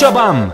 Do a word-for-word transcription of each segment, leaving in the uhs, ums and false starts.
Shabam!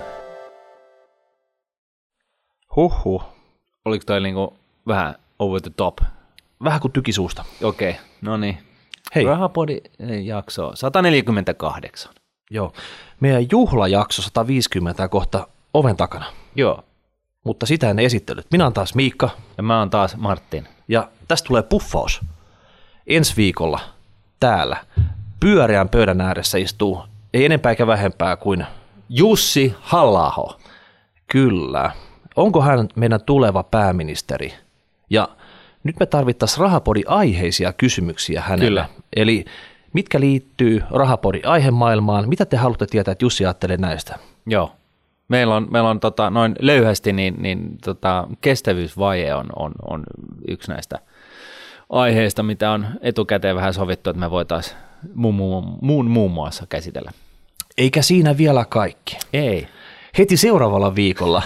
Huhhuh. Oliko toi niinku vähän over the top? Vähän kuin tykisuusta. Okei, okay. No niin. Hei. Rahapodi jakso sata neljäkymmentäkahdeksan. Joo. Meidän juhlajakso sata viisikymmentä kohta oven takana. Joo. Mutta sitä en esittelyt. Minä olen taas Miikka. Ja mä oon taas Martin. Ja tästä tulee puffaus. Ensi viikolla täällä pyöreän pöydän ääressä istuu ei enempää eikä vähempää kuin Jussi Halla-aho. Kyllä. Onko hän meidän tuleva pääministeri? Ja nyt me tarvittaisiin Rahapodi-aiheisia kysymyksiä hänelle. Kyllä. Eli mitkä liittyy Rahapodi-aihemaailmaan? Mitä te haluatte tietää, että Jussi ajattelee näistä? Joo. Meillä on, meillä on tota, noin löyhästi, niin, niin tota, kestävyysvaje on, on, on yksi näistä aiheista, mitä on etukäteen vähän sovittu, että me voitaisiin muun, muun, muun, muun muassa käsitellä. Eikä siinä vielä kaikki. Ei. Heti seuraavalla viikolla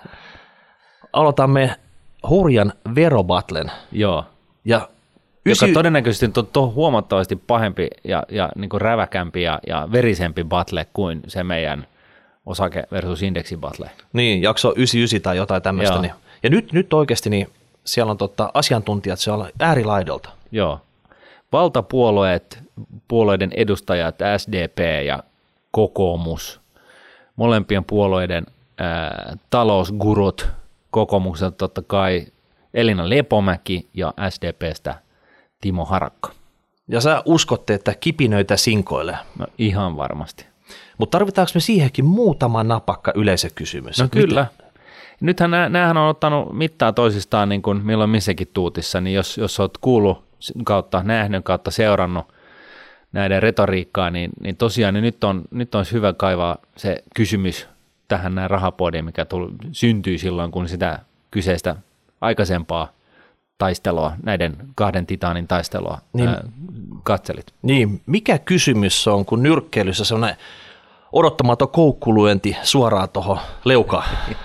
aloitamme hurjan verobattlen. Joo. Ja Ysi... ysi... Joka todennäköisesti on to, huomattavasti pahempi ja, ja niin kuin räväkämpi ja, ja verisempi battle kuin se meidän osake versus indeksi battle. Niin, jakso yhdeksänkymmentäyhdeksän tai jotain tämmöistä. Niin. Ja nyt, nyt oikeasti niin siellä on tota, asiantuntijat, siellä on äärilaidolta. Joo. Valtapuolueet, puolueiden edustajat, S D P ja kokoomus, molempien puolueiden ää, talousgurut, kokoomukselta totta kai Elina Lepomäki ja S D P:stä Timo Harakka. Ja sä uskotte, että kipinöitä sinkoilee. No ihan varmasti. Mutta tarvitaanko me siihenkin muutama napakka yleisökysymys? No kyllä. Nythän näähän on ottanut mittaa toisistaan niin kuin milloin missäkin tuutissa, niin jos, jos olet kuullut kautta nähnyt kautta seurannut näiden retoriikkaa, niin, niin tosiaan niin nyt, on, nyt olisi hyvä kaivaa se kysymys tähän näin rahapodiin, mikä tuli, syntyi silloin, kun sitä kyseistä aikaisempaa taistelua, näiden kahden titaanin taistelua niin, ää, katselit. Niin, mikä kysymys on, kun nyrkkeilyssä sellainen odottamaton koukkuluenti suoraan tuohon leukaan?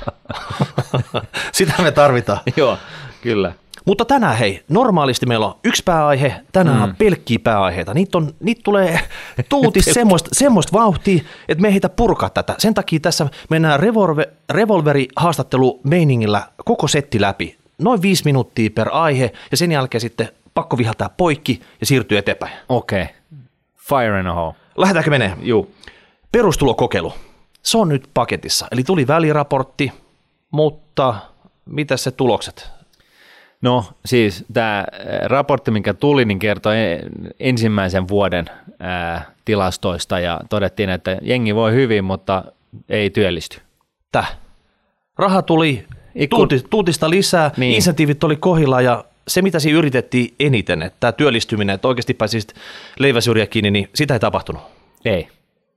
Sitä me tarvitaan. Joo, kyllä. Mutta tänään hei, normaalisti meillä on yksi pääaihe, tänään mm. on pelkkiä pääaiheita. Niitä, on, niitä tulee tuutis semmoista, semmoista vauhtia, että me ei heitä purkaa tätä. Sen takia tässä mennään revolve, revolveri-haastattelu-meiningillä koko setti läpi. Noin viisi minuuttia per aihe ja sen jälkeen sitten pakko viheltää poikki ja siirtyä eteenpäin. Okei, okay. Fire in a hole. Lähdetäänkö menee? Juu. Perustulokokeilu. Se on nyt paketissa. Eli tuli väliraportti, mutta mitä se tulokset? No siis tämä raportti, mikä tuli, niin kertoi ensimmäisen vuoden ää, tilastoista ja todettiin, että jengi voi hyvin, mutta ei työllisty. Täh. Raha tuli Ikun... tuutista lisää, niin. Insentiivit oli kohdilla ja se, mitä siinä yritettiin eniten, että tämä työllistyminen, että oikeasti pääsisit leiväsyrjä kiinni, niin sitä ei tapahtunut. Ei.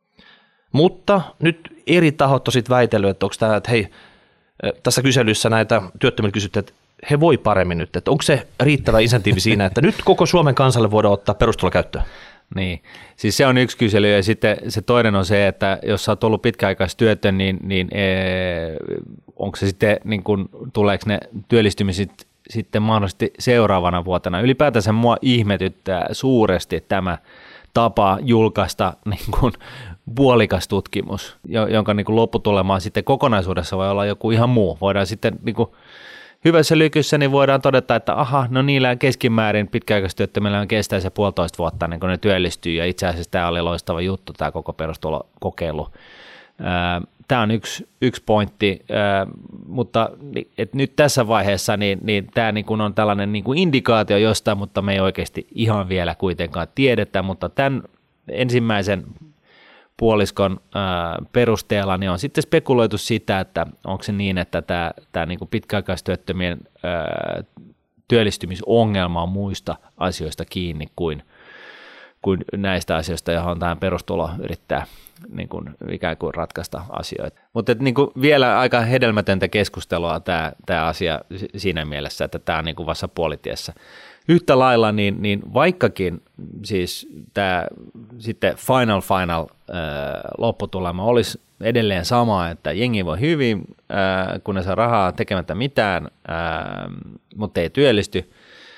Mutta nyt eri tahot on sitten väitellyt, että onko tämä, että hei, tässä kyselyssä näitä työttömillä kysyttiin, että he voi paremmin nyt, että onko se riittävä insentiivi siinä, että nyt koko Suomen kansalle voidaan ottaa perustulo käyttöön? Niin, siis se on yksi kysely ja sitten se toinen on se, että jos sä oot ollut pitkäaikaistyötön, niin, niin ee, onko se sitten, niin kun, tuleeko ne työllistymiset sitten mahdollisesti seuraavana vuotena? Ylipäätänsä mua ihmetyttää suuresti tämä tapa julkaista niin kun, puolikas tutkimus, jonka niin kun, lopputulema sitten kokonaisuudessa voi olla joku ihan muu. Voidaan sitten niin kun, hyvässä lykyssä niin voidaan todeta, että aha, no niillä keskimäärin pitkäaikaistyöttömillä on kestää se puolitoista vuotta, niin kun ne työllistyy, ja itse asiassa tämä oli loistava juttu, tämä koko perustulokokeilu. Tämä on yksi, yksi pointti, mutta et nyt tässä vaiheessa niin, niin tämä niin kun on tällainen niin kun indikaatio jostain, mutta me ei oikeasti ihan vielä kuitenkaan tiedetä, mutta tämän ensimmäisen puoliskon ää, perusteella niin on sitten spekuloitu sitä, että onko se niin, että tämä, tämä niin kuin pitkäaikaistyöttömien ää, työllistymisongelma on muista asioista kiinni kuin, kuin näistä asioista, johon tämä perustulo yrittää niin kuin, ikään kuin ratkaista asioita. Mutta niin kuin vielä aika hedelmätöntä keskustelua tämä, tämä asia siinä mielessä, että tämä on niin kuin vasta puolitiessä. Yhtä lailla, niin, niin vaikkakin siis tämä sitten final final ää, lopputulema olisi edelleen sama, että jengi voi hyvin, ää, kun ne saa rahaa tekemättä mitään, ää, mutta ei työllisty,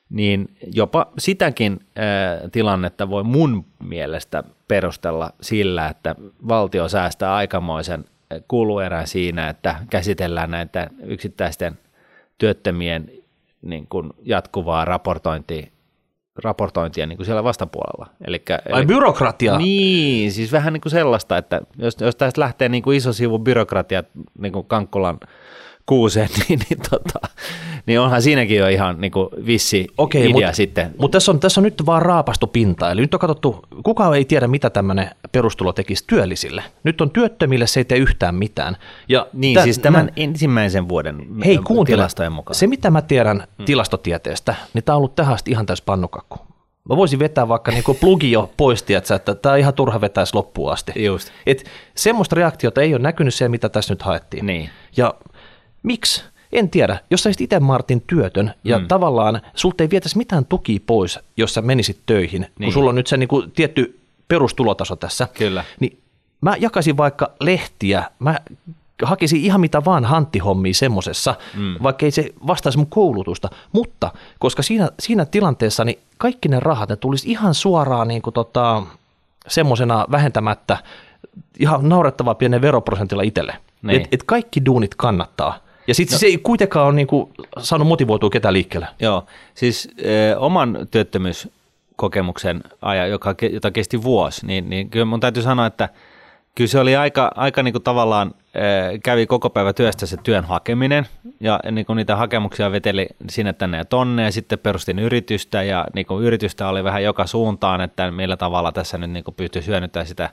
niin jopa sitäkin ää, tilannetta voi mun mielestä perustella sillä, että valtio säästää aikamoisen kuluerän siinä, että käsitellään näitä yksittäisten työttömien niin kuin jatkuvaa raportointia, raportointia niin kuin siellä vastapuolella. Elikkä, Ai eli, byrokratia? Niin, siis vähän niin kuin sellaista, että jos, jos tästä lähtee niin kuin iso sivu byrokratia niin kuin Kankkulan kuuseen, niin, niin, tota, niin onhan siinäkin jo ihan niin kuin vissi Okei, idea mut, sitten. Mutta tässä on, tässä on nyt vaan raapastu pinta. Eli nyt on katsottu, kukaan ei tiedä, mitä tämmöinen perustulo tekisi työllisille. Nyt on työttömille, se ei tee yhtään mitään. Ja niin, tä, siis tämän mä, ensimmäisen vuoden hei, kuuntele, tilastojen mukaan. Se, mitä mä tiedän hmm. tilastotieteestä, niin tämä on ollut tähän asti ihan täys pannukakku. Mä voisin vetää vaikka niinku plugi jo pois, tiiätkö, että tämä on ihan turha vetäisi loppuun asti. Just. Et semmoista reaktiota ei ole näkynyt se, mitä tässä nyt haettiin. Niin. Ja miksi? En tiedä. Jos sä olisit itse Martin työtön ja mm. tavallaan sulta ei vietäisi mitään tukia pois, jos sä menisit töihin, niin. kun sulla on nyt se niinku tietty perustulotaso tässä, Kyllä. niin mä jakaisin vaikka lehtiä, mä hakisin ihan mitä vaan hanttihommia semmosessa, mm. vaikka ei se vastaisi mun koulutusta, mutta koska siinä, siinä tilanteessa niin kaikki ne rahat, ne tulisi ihan suoraan niin kuin tota, semmosena vähentämättä ihan naurettavaa pienen veroprosentilla itselle. Niin. Et, et kaikki duunit kannattaa. Ja sitten no. se ei kuitenkaan ole niinku saanut motivoitua ketään liikkeelle. Joo, siis ö, oman työttömyyskokemuksen ajan, joka, jota kesti vuosi, niin, niin kyllä mun täytyy sanoa, että kyllä se oli aika, aika niin kuin tavallaan, ö, kävi koko päivä työstä se työn hakeminen, ja niin kuin niitä hakemuksia veteli sinne tänne ja tonne, ja sitten perustin yritystä, ja niin kuin yritystä oli vähän joka suuntaan, että millä tavalla tässä nyt niin kuin pystyy hyödyntämään sitä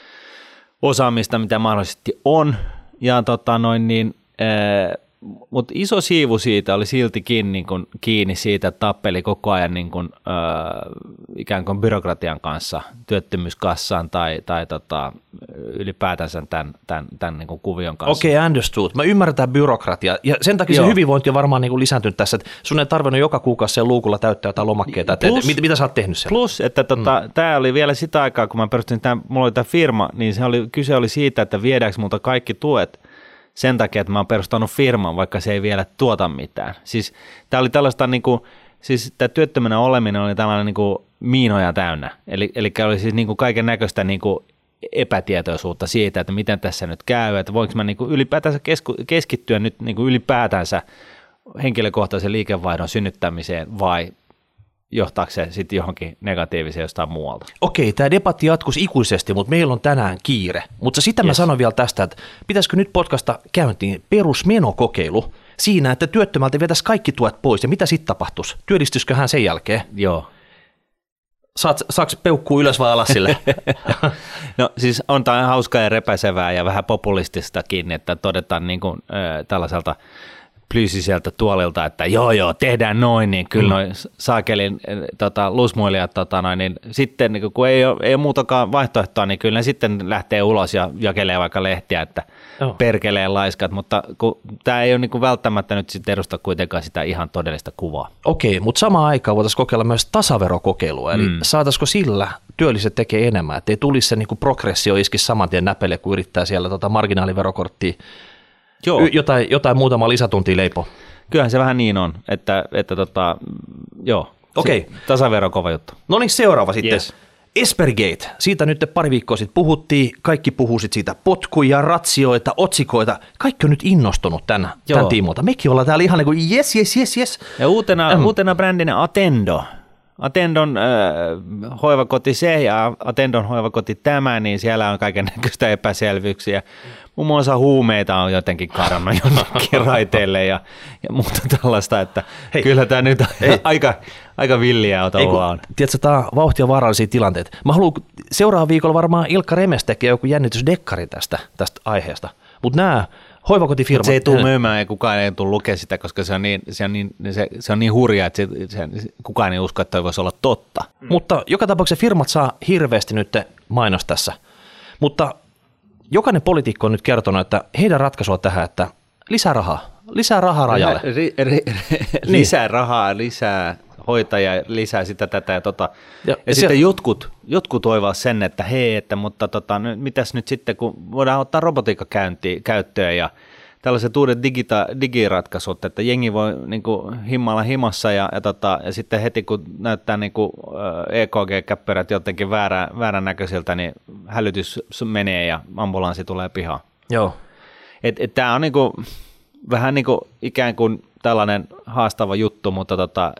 osaamista, mitä mahdollisesti on, ja tota noin niin, mutta iso siivu siitä oli siltikin niin kun kiinni siitä, että tappeli koko ajan niin kun, ö, ikään kuin byrokratian kanssa, työttömyyskassaan tai, tai tota, ylipäätänsä tämän, tämän, tämän niin kun kuvion kanssa. Okei, okay, understood. Mä ymmärrän tämän byrokratia. Ja sen takia Joo. se hyvinvointi on varmaan niin kuin lisääntynyt tässä, että sun ei tarvinnut joka kuukausi sen luukulla täyttää jotain lomakkeita. Plus, mitä, mitä sä oot tehnyt siellä? Plus, että tota, mm. tämä oli vielä sitä aikaa, kun mä perustin, tämän, mulla oli tämä firma, niin se oli, kyse oli siitä, että viedäänkö multa kaikki tuet sen takia, että mä oon perustanut firman, vaikka se ei vielä tuota mitään. Siis tämä oli tällaista, niin kuin, siis tämä työttömänä oleminen oli tällainen niin kuin miinoja täynnä. Eli, eli oli siis niin kuin kaiken näköistä niin kuin epätietoisuutta siitä, että miten tässä nyt käy, että voinko mä niin kuin ylipäätänsä kesku, keskittyä nyt niin kuin ylipäätänsä henkilökohtaisen liikevaihdon synnyttämiseen vai johtaako se sitten johonkin negatiiviseen jostain muualta? Okei, tämä debatti jatkuisi ikuisesti, mutta meillä on tänään kiire. Mutta sitä yes. mä sanon vielä tästä, että pitäisikö nyt podcasta käyntiin perusmenokokeilu siinä, että työttömältä vietäisi kaikki tuet pois, ja mitä sitten tapahtuisi? Työllistyisikö hän sen jälkeen? Joo. Saat, saako peukkuu ylös vai alas sille? No siis on tämä hauskaa ja repäsevää ja vähän populististakin, että todetaan niin kuin, äh, tällaiselta plysiseltä tuolilta, että joo joo, tehdään noin, niin kyllä mm. noin saakelin tota, lusmuilijat, tota, noin, niin sitten niin kun ei ole, ei ole muutakaan vaihtoehtoa, niin kyllä ne sitten lähtee ulos ja jakelee vaikka lehtiä, että oh. perkelee laiskat, mutta tämä ei ole niin kuin välttämättä nyt sitten edusta kuitenkaan sitä ihan todellista kuvaa. Okei, mutta samaan aikaan voitaisiin kokeilla myös tasaverokokeilua, eli mm. saataisiko sillä työlliset tekee enemmän, että ei tulisi se niin kuin progressio iskisi saman tien näpelle, kun yrittää siellä tota marginaaliverokorttia Joo. Jotain, jotain muutama lisätuntia leipo. Kyllähän se vähän niin on, että, että tota, joo, Okei. tasavero kova juttu. No niin, seuraava sitten. Yes. Espergate, siitä nyt pari viikkoa sitten puhuttiin, kaikki puhuu sit siitä potkuja, ratsioita, otsikoita, kaikki on nyt innostunut tämän, tämän tiimoilta. Mekin ollaan täällä ihan niin kuin jes, jes, jes, jes. Ja uutena, mm. uutena brändinä Attendo. Attendon äh, hoivakoti se ja Attendon hoivakoti tämä, niin siellä on kaikennäköistä epäselvyyksiä. Muun muassa huumeita on jotenkin karannut jonnekin raiteille ja, ja muuta tällaista, että Hei. kyllä tämä nyt aika, aika villiä on touhua. Tiedätkö, tämä on vauhtia vaarallisia tilanteita. Mä haluan seuraavalla viikolla varmaan Ilkka Remes tekee joku jännitysdekkari tästä, tästä aiheesta, mutta nämä hoivakotifirmat. Se ei tule myymään ja kukaan ei tule lukea sitä, koska se on niin, se on niin, se, se on niin hurjaa, että se, se, kukaan ei usko, että toi voisi olla totta. Mm. Mutta joka tapauksessa firmat saa hirveästi nyt mainos tässä. Mutta jokainen poliitikko on nyt kertonut, että heidän ratkaisua tähän, että lisää rahaa, lisää rahaa rajalle. Ri, ri, ri, niin. Lisää rahaa, lisää hoitajia, lisää sitä, tätä ja tota. Ja, ja se, sitten jotkut, jotkut toivovat sen, että hei, että mutta tota, mitäs nyt sitten, kun voidaan ottaa robotiikka käyttöön ja tällaiset uudet digita- digiratkaisut, että jengi voi niin kuin himmalla himassa ja, ja, tota, ja sitten heti kun näyttää niin kuin E K G-käppyrät jotenkin väärän, väärän näköisiltä, niin hälytys menee ja ambulanssi tulee pihaan. Joo. Tämä on niin kuin, vähän niin kuin ikään kuin tällainen haastava juttu, mutta tota,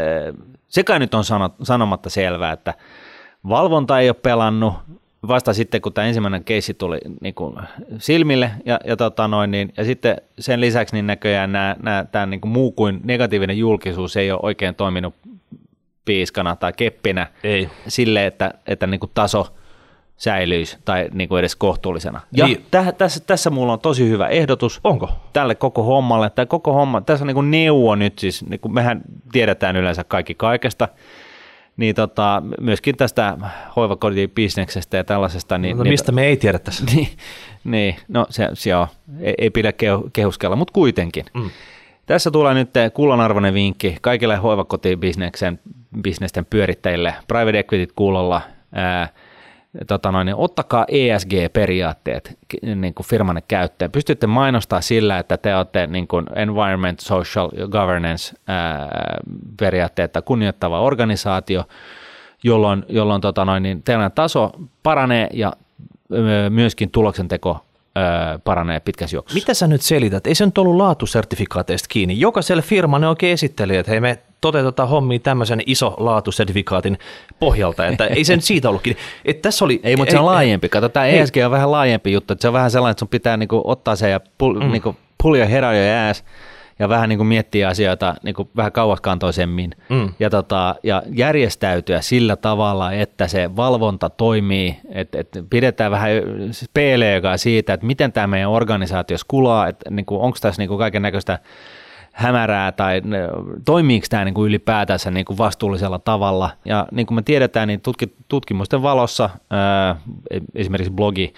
se kai nyt on sanomatta selvää, että valvonta ei ole pelannut vasta sitten, kun tämä ensimmäinen keissi tuli niin kuin silmille ja, ja, tota noin, niin, ja sitten sen lisäksi niin näköjään nämä, nämä, tämä niin kuin muu kuin negatiivinen julkisuus ei ole oikein toiminut piiskana tai keppinä ei. Sille, että, että niin kuin taso säilyisi tai niin kuin edes kohtuullisena. Ja niin. täh, tässä, tässä mulla on tosi hyvä ehdotus. Onko? Tälle koko hommalle. Tämä koko homma, tässä on niin kuin neuvo nyt siis, niin kuin mehän tiedetään yleensä kaikki kaikesta, niin tota, myöskin tästä hoivakodibisneksestä ja tällaisesta. Niin, no, mistä niin, me ei tiedä tässä? Niin, niin no se, se on, ei, ei pidä kehuskella, mutta kuitenkin. Mm. Tässä tulee nyt kullanarvoinen vinkki kaikille hoivakotibisneksen bisnesten pyörittäjille, private equityt kuulolla, ää, Tota noin, niin ottakaa E S G-periaatteet niin kuin firmanne käyttöön. Pystytte mainostaa sillä, että te olette niin kuin environment, social, governance ää, periaatteita kunnioittava organisaatio, jolloin, jolloin tota noin, niin teidän taso paranee ja myöskin tuloksenteko paranee pitkässä juoksussa. Mitä sä nyt selität? Ei se nyt ollut laatusertifikaateista kiinni. Jokaiselle firmalle oikein esitteli, että hei, me toteutetaan hommia tämmöisen iso laatusertifikaatin pohjalta, että ei se nyt siitä ollut kiinni. Että tässä oli, ei, mutta ei, se on laajempi. Kato, tämä E S G on vähän laajempi juttu, että se on vähän sellainen, että sun pitää niinku ottaa se ja pull, mm. niinku pull your head out your ass ja vähän niin kuin miettiä asioita niin kuin vähän kauaskantoisemmin mm. ja, tota, ja järjestäytyä sillä tavalla, että se valvonta toimii, että, että pidetään vähän peileäkään siitä, että miten tämä meidän organisaatiossa kulaa, että niin kuin, onko tässä niin kuin kaiken näköistä hämärää tai toimiiko tämä niin kuin ylipäätänsä niin kuin vastuullisella tavalla. Ja niin kuin me tiedetään, niin tutkimusten valossa ää, esimerkiksi blogi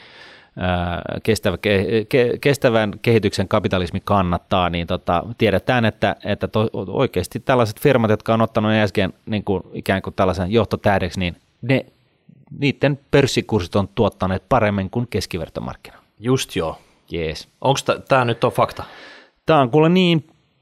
Kestävä, ke, kestävän kehityksen kapitalismi kannattaa, niin tota, tiedetään, että, että to, oikeasti tällaiset firmat, jotka on ottanut E S G:n niin kuin ikään kuin tällaisen johtotähdeksi, niin ne, niiden pörssikurssit on tuottaneet paremmin kuin keskivertomarkkina. Just joo. Jees. Onko tämä nyt on fakta? Tämä on kuule niin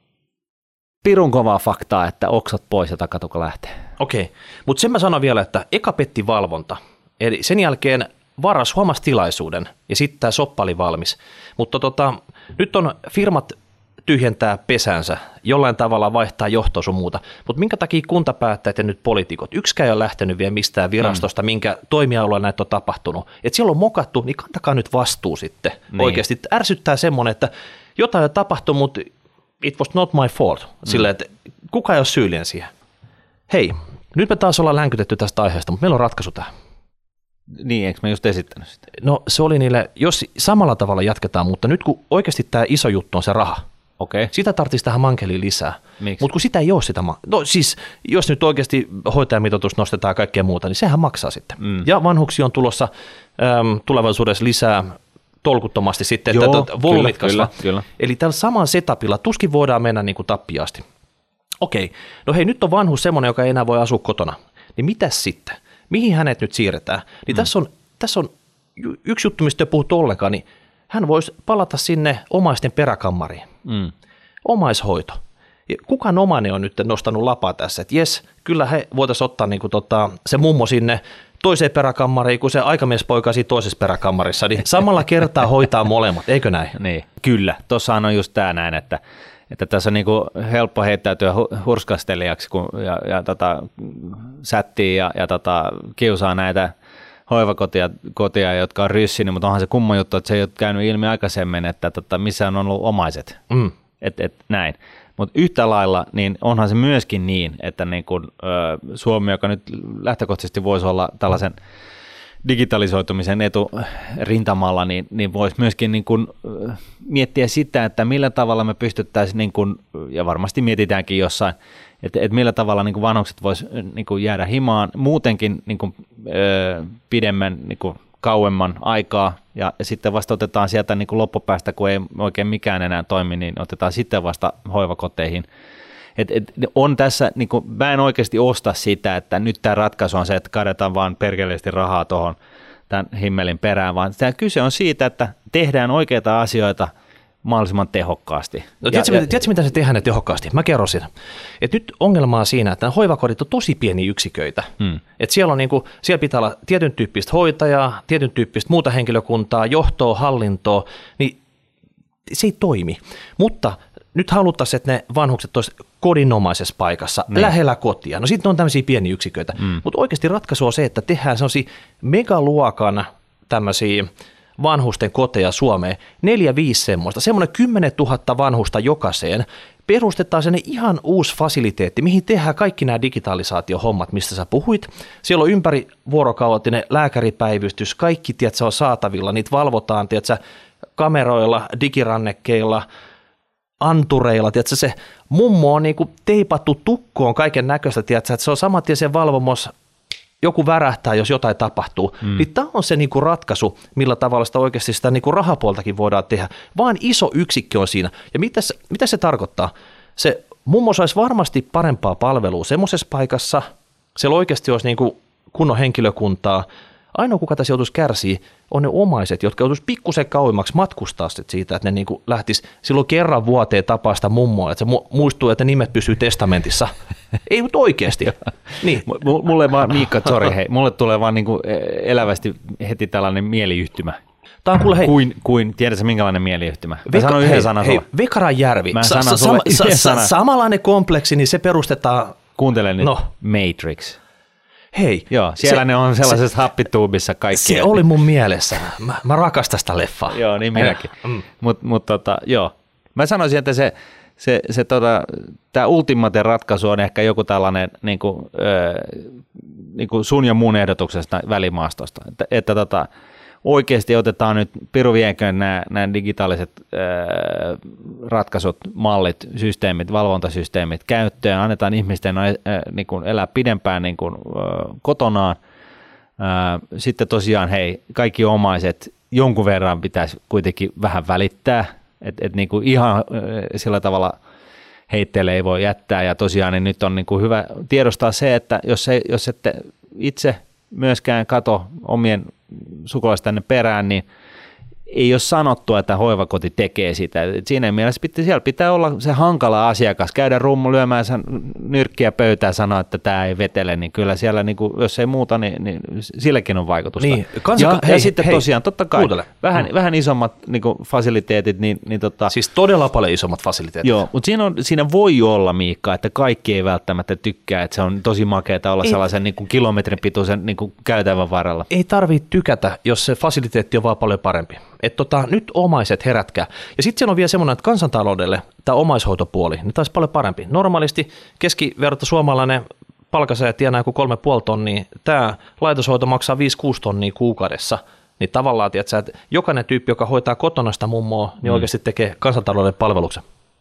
pirun kovaa faktaa, että oksat pois ja takatuka lähtee. Okei, mutta sen mä sanon vielä, että eka petti valvonta, eli sen jälkeen varas huomasi tilaisuuden ja sitten tämä soppa oli valmis. Mutta tota, nyt on firmat tyhjentää pesänsä, jollain tavalla vaihtaa johtoa sun muuta. Mutta minkä takia kuntapäättäjät ja nyt poliitikot, yksikään ei ole lähtenyt vielä mistään virastosta, mm. minkä toimialueella näitä on tapahtunut. Että siellä on mokattu, niin kantakaa nyt vastuu sitten niin. Oikeasti. Ärsyttää semmoinen, että jotain on tapahtunut, mutta it was not my fault. Mm. Sillä, että kuka ei ole syyllinen siihen. Hei, nyt me taas ollaan länkytetty tästä aiheesta, mutta meillä on ratkaisu tähän. Niin, eikö mä just esittänyt sitä? No se oli niille, jos samalla tavalla jatketaan, mutta nyt kun oikeasti tämä iso juttu on se raha, okay. Sitä tarvitsisi tähän mankeliin lisää. Miksi? Mutta kun sitä ei ole sitä, ma- no siis jos nyt oikeasti hoitajamitoitus nostetaan ja kaikkea muuta, niin sehän maksaa sitten. Mm. Ja vanhuksia on tulossa äm, tulevaisuudessa lisää tolkuttomasti sitten, Joo, että volyymit kasvaa. Kyllä, kyllä. Eli tällä samalla setupilla tuskin voidaan mennä niin kuin tappiasti. Okei, no hei nyt on vanhus semmoinen, joka ei enää voi asua kotona, niin mitäs sitten? Mihin hänet nyt siirretään? Niin mm. tässä, on, tässä on yksi juttu, mistä ei puhuttu ollenkaan, niin hän voisi palata sinne omaisten peräkammariin. Mm. Omaishoito. Ja kukaan omainen on nyt nostanut lapaa tässä, että jes, kyllä he voitaisiin ottaa niin kuin tota, se mummo sinne toiseen peräkammariin, kun se aikamiespoika siinä toisessa peräkammarissa, niin samalla kertaa hoitaa molemmat, eikö näin? Niin, kyllä. Tuossahan on just tämä näin, että Että tässä on niin kuin helppo heittäytyä hurskastelijaksi kun, ja, ja tota, sättii ja, ja tota, kiusaa näitä hoivakotia, kotia, jotka on ryssinyt, mutta onhan se kumma juttu, että se ei ole käynyt ilmi aikaisemmin, että tota, missä on ollut omaiset. Mm. Et, et, näin. Mutta yhtä lailla niin onhan se myöskin niin, että niin kun, ö, Suomi, joka nyt lähtökohtaisesti voisi olla tällaisen digitalisoitumisen eturintamalla, niin, niin voisi myöskin niin kuin miettiä sitä, että millä tavalla me pystyttäisiin, niin kuin, ja varmasti mietitäänkin jossain, että, että millä tavalla niin kuin vanhukset voisi niin kuin jäädä himaan muutenkin niin kuin, ö, pidemmän, niin kuin kauemman aikaa, ja, ja sitten vasta otetaan sieltä niin kuin loppupäästä, kun ei oikein mikään enää toimi, niin otetaan sitten vasta hoivakoteihin. Et, et on tässä, niin kuin, mä en oikeasti osta sitä, että nyt tämä ratkaisu on se, että kadetaan vaan perkeleesti rahaa tuohon tämän himmelin perään, vaan tämä kyse on siitä, että tehdään oikeita asioita mahdollisimman tehokkaasti. No, tiedätkö, ja, tiedätkö, mitä se tehdään ne tehokkaasti? Mä kerron sen. Et nyt ongelma on siinä, että nämä hoivakodit on tosi pieniä yksiköitä. Hmm. Et siellä, on niinku, siellä pitää olla tietyn tyyppistä hoitajaa, tietyn tyyppistä muuta henkilökuntaa, johtoa, hallintoa, niin se ei toimi. Mutta nyt haluttaisiin, että ne vanhukset olisivat kodinomaisessa paikassa, niin. lähellä kotia. No sitten on tämmöisiä pieniä yksiköitä. Hmm. Mutta oikeasti ratkaisu on se, että tehdään sellaisia megaluokan tämmöisiä vanhusten koteja Suomeen, neljä, viisi semmoista, semmoinen kymmenen tuhatta vanhusta jokaiseen, perustetaan sinne ihan uusi fasiliteetti, mihin tehdään kaikki nämä digitalisaatiohommat, mistä sä puhuit. Siellä on ympäri vuorokautinen lääkäripäivystys, kaikki tiedät, se on saatavilla, niitä valvotaan, tiedät, sä, kameroilla, digirannekkeilla, antureilla, tiedät, se mummo on niinku teipattu tukkoon kaiken näköistä, tiedät, että se on saman tien se valvomos, joku värähtää, jos jotain tapahtuu, mm. niin tämä on se niinku ratkaisu, millä tavalla sitä oikeasti sitä niinku rahapuoltakin voidaan tehdä. Vaan iso yksikkö on siinä. Ja mitä se, mitä se tarkoittaa? Se mummo saisi varmasti parempaa palvelua semmoisessa paikassa, siellä oikeasti olisi niinku kunnon henkilökuntaa. Ainoa, kuka tässä joutuisi kärsiä, on ne omaiset, jotka joutuisi pikkusen kauemmaksi matkustaa siitä, että ne niinku lähtisi silloin kerran vuoteen tapaa sitä mummoa, että se muistuu, että nimet pysyy testamentissa. Ei, mutta oikeasti. Niin. M- mulle vaan, Miikka, sorry, hei, mulle tulee vaan niinku elävästi heti tällainen mieliyhtymä. Tämä on kuule, hei. Kuin, kuin tiedätkö minkälainen mieliyhtymä? Mä Veka, sanon yhden hei, sanan hei, Vekaranjärvi. Mä sanon sa- sulle sa- yhden sanan. Samanlainen kompleksi, niin se perustetaan. Kuuntele nyt, no. Matrix. Hei. Joo, siellä se, ne on sellaisessa se, happituubissa kaikki. Se oli mun mielessä. Mä, mä rakastan sitä leffaa. Joo, niin minäkin. Mm. Mutta mut, tota, joo. Mä sanoisin, että se, se, se tota, tämä ultimate ratkaisu on ehkä joku tällainen niin kuin, äh, niin kuin sun ja mun ehdotuksesta välimaastosta. Että, että tota, oikeasti otetaan nyt piru vieköön nämä, nämä digitaaliset ää, ratkaisut, mallit, systeemit, valvontasysteemit käyttöön, annetaan ihmisten ää, niin kuin elää pidempään niin kuin, ää, kotonaan. Ää, sitten tosiaan hei, kaikki omaiset jonkun verran pitäisi kuitenkin vähän välittää, että et, niin kuin ihan ää, sillä tavalla heitteelle ei voi jättää, ja tosiaan niin nyt on niin kuin hyvä tiedostaa se, että jos, ei, jos ette itse myöskään kato omien sukulaisten perään, niin ei ole sanottu, että hoivakoti tekee sitä. Et siinä mielessä pitää, siellä pitää olla se hankala asiakas, käydä rummu lyömään nyrkkiä pöytään ja sanoa, että tämä ei vetele, niin kyllä siellä, niin kuin, jos ei muuta, niin, niin silläkin on vaikutusta. Niin, kansa, ja, hei, ja sitten hei, tosiaan, totta kai, kuuntele. vähän, mm. vähän isommat niin kuin fasiliteetit. Niin, niin tota, siis todella paljon isommat fasiliteetit. Joo, mutta siinä, on, siinä voi olla, Miikka, että kaikki ei välttämättä tykkää, että se on tosi makeata olla ei, sellaisen niin kuin kilometrin pituisen niin kuin käytävän varrella. Ei tarvitse tykätä, jos se fasiliteetti on vaan paljon parempi. Että tota, nyt omaiset herätkää. Ja sitten siellä on vielä semmoinen, että kansantaloudelle tämä omaishoitopuoli, niin taisi paljon parempi. Normaalisti keskiverto suomalainen palkansaaja tienaa joku kolme puoli tonnia, tämä laitoshoito maksaa viisi kuusi tonnia kuukaudessa. Niin tavallaan, tiedätkö, että jokainen tyyppi, joka hoitaa kotona sitä mummoa, niin mm. oikeasti tekee kansantaloudelle palveluksen.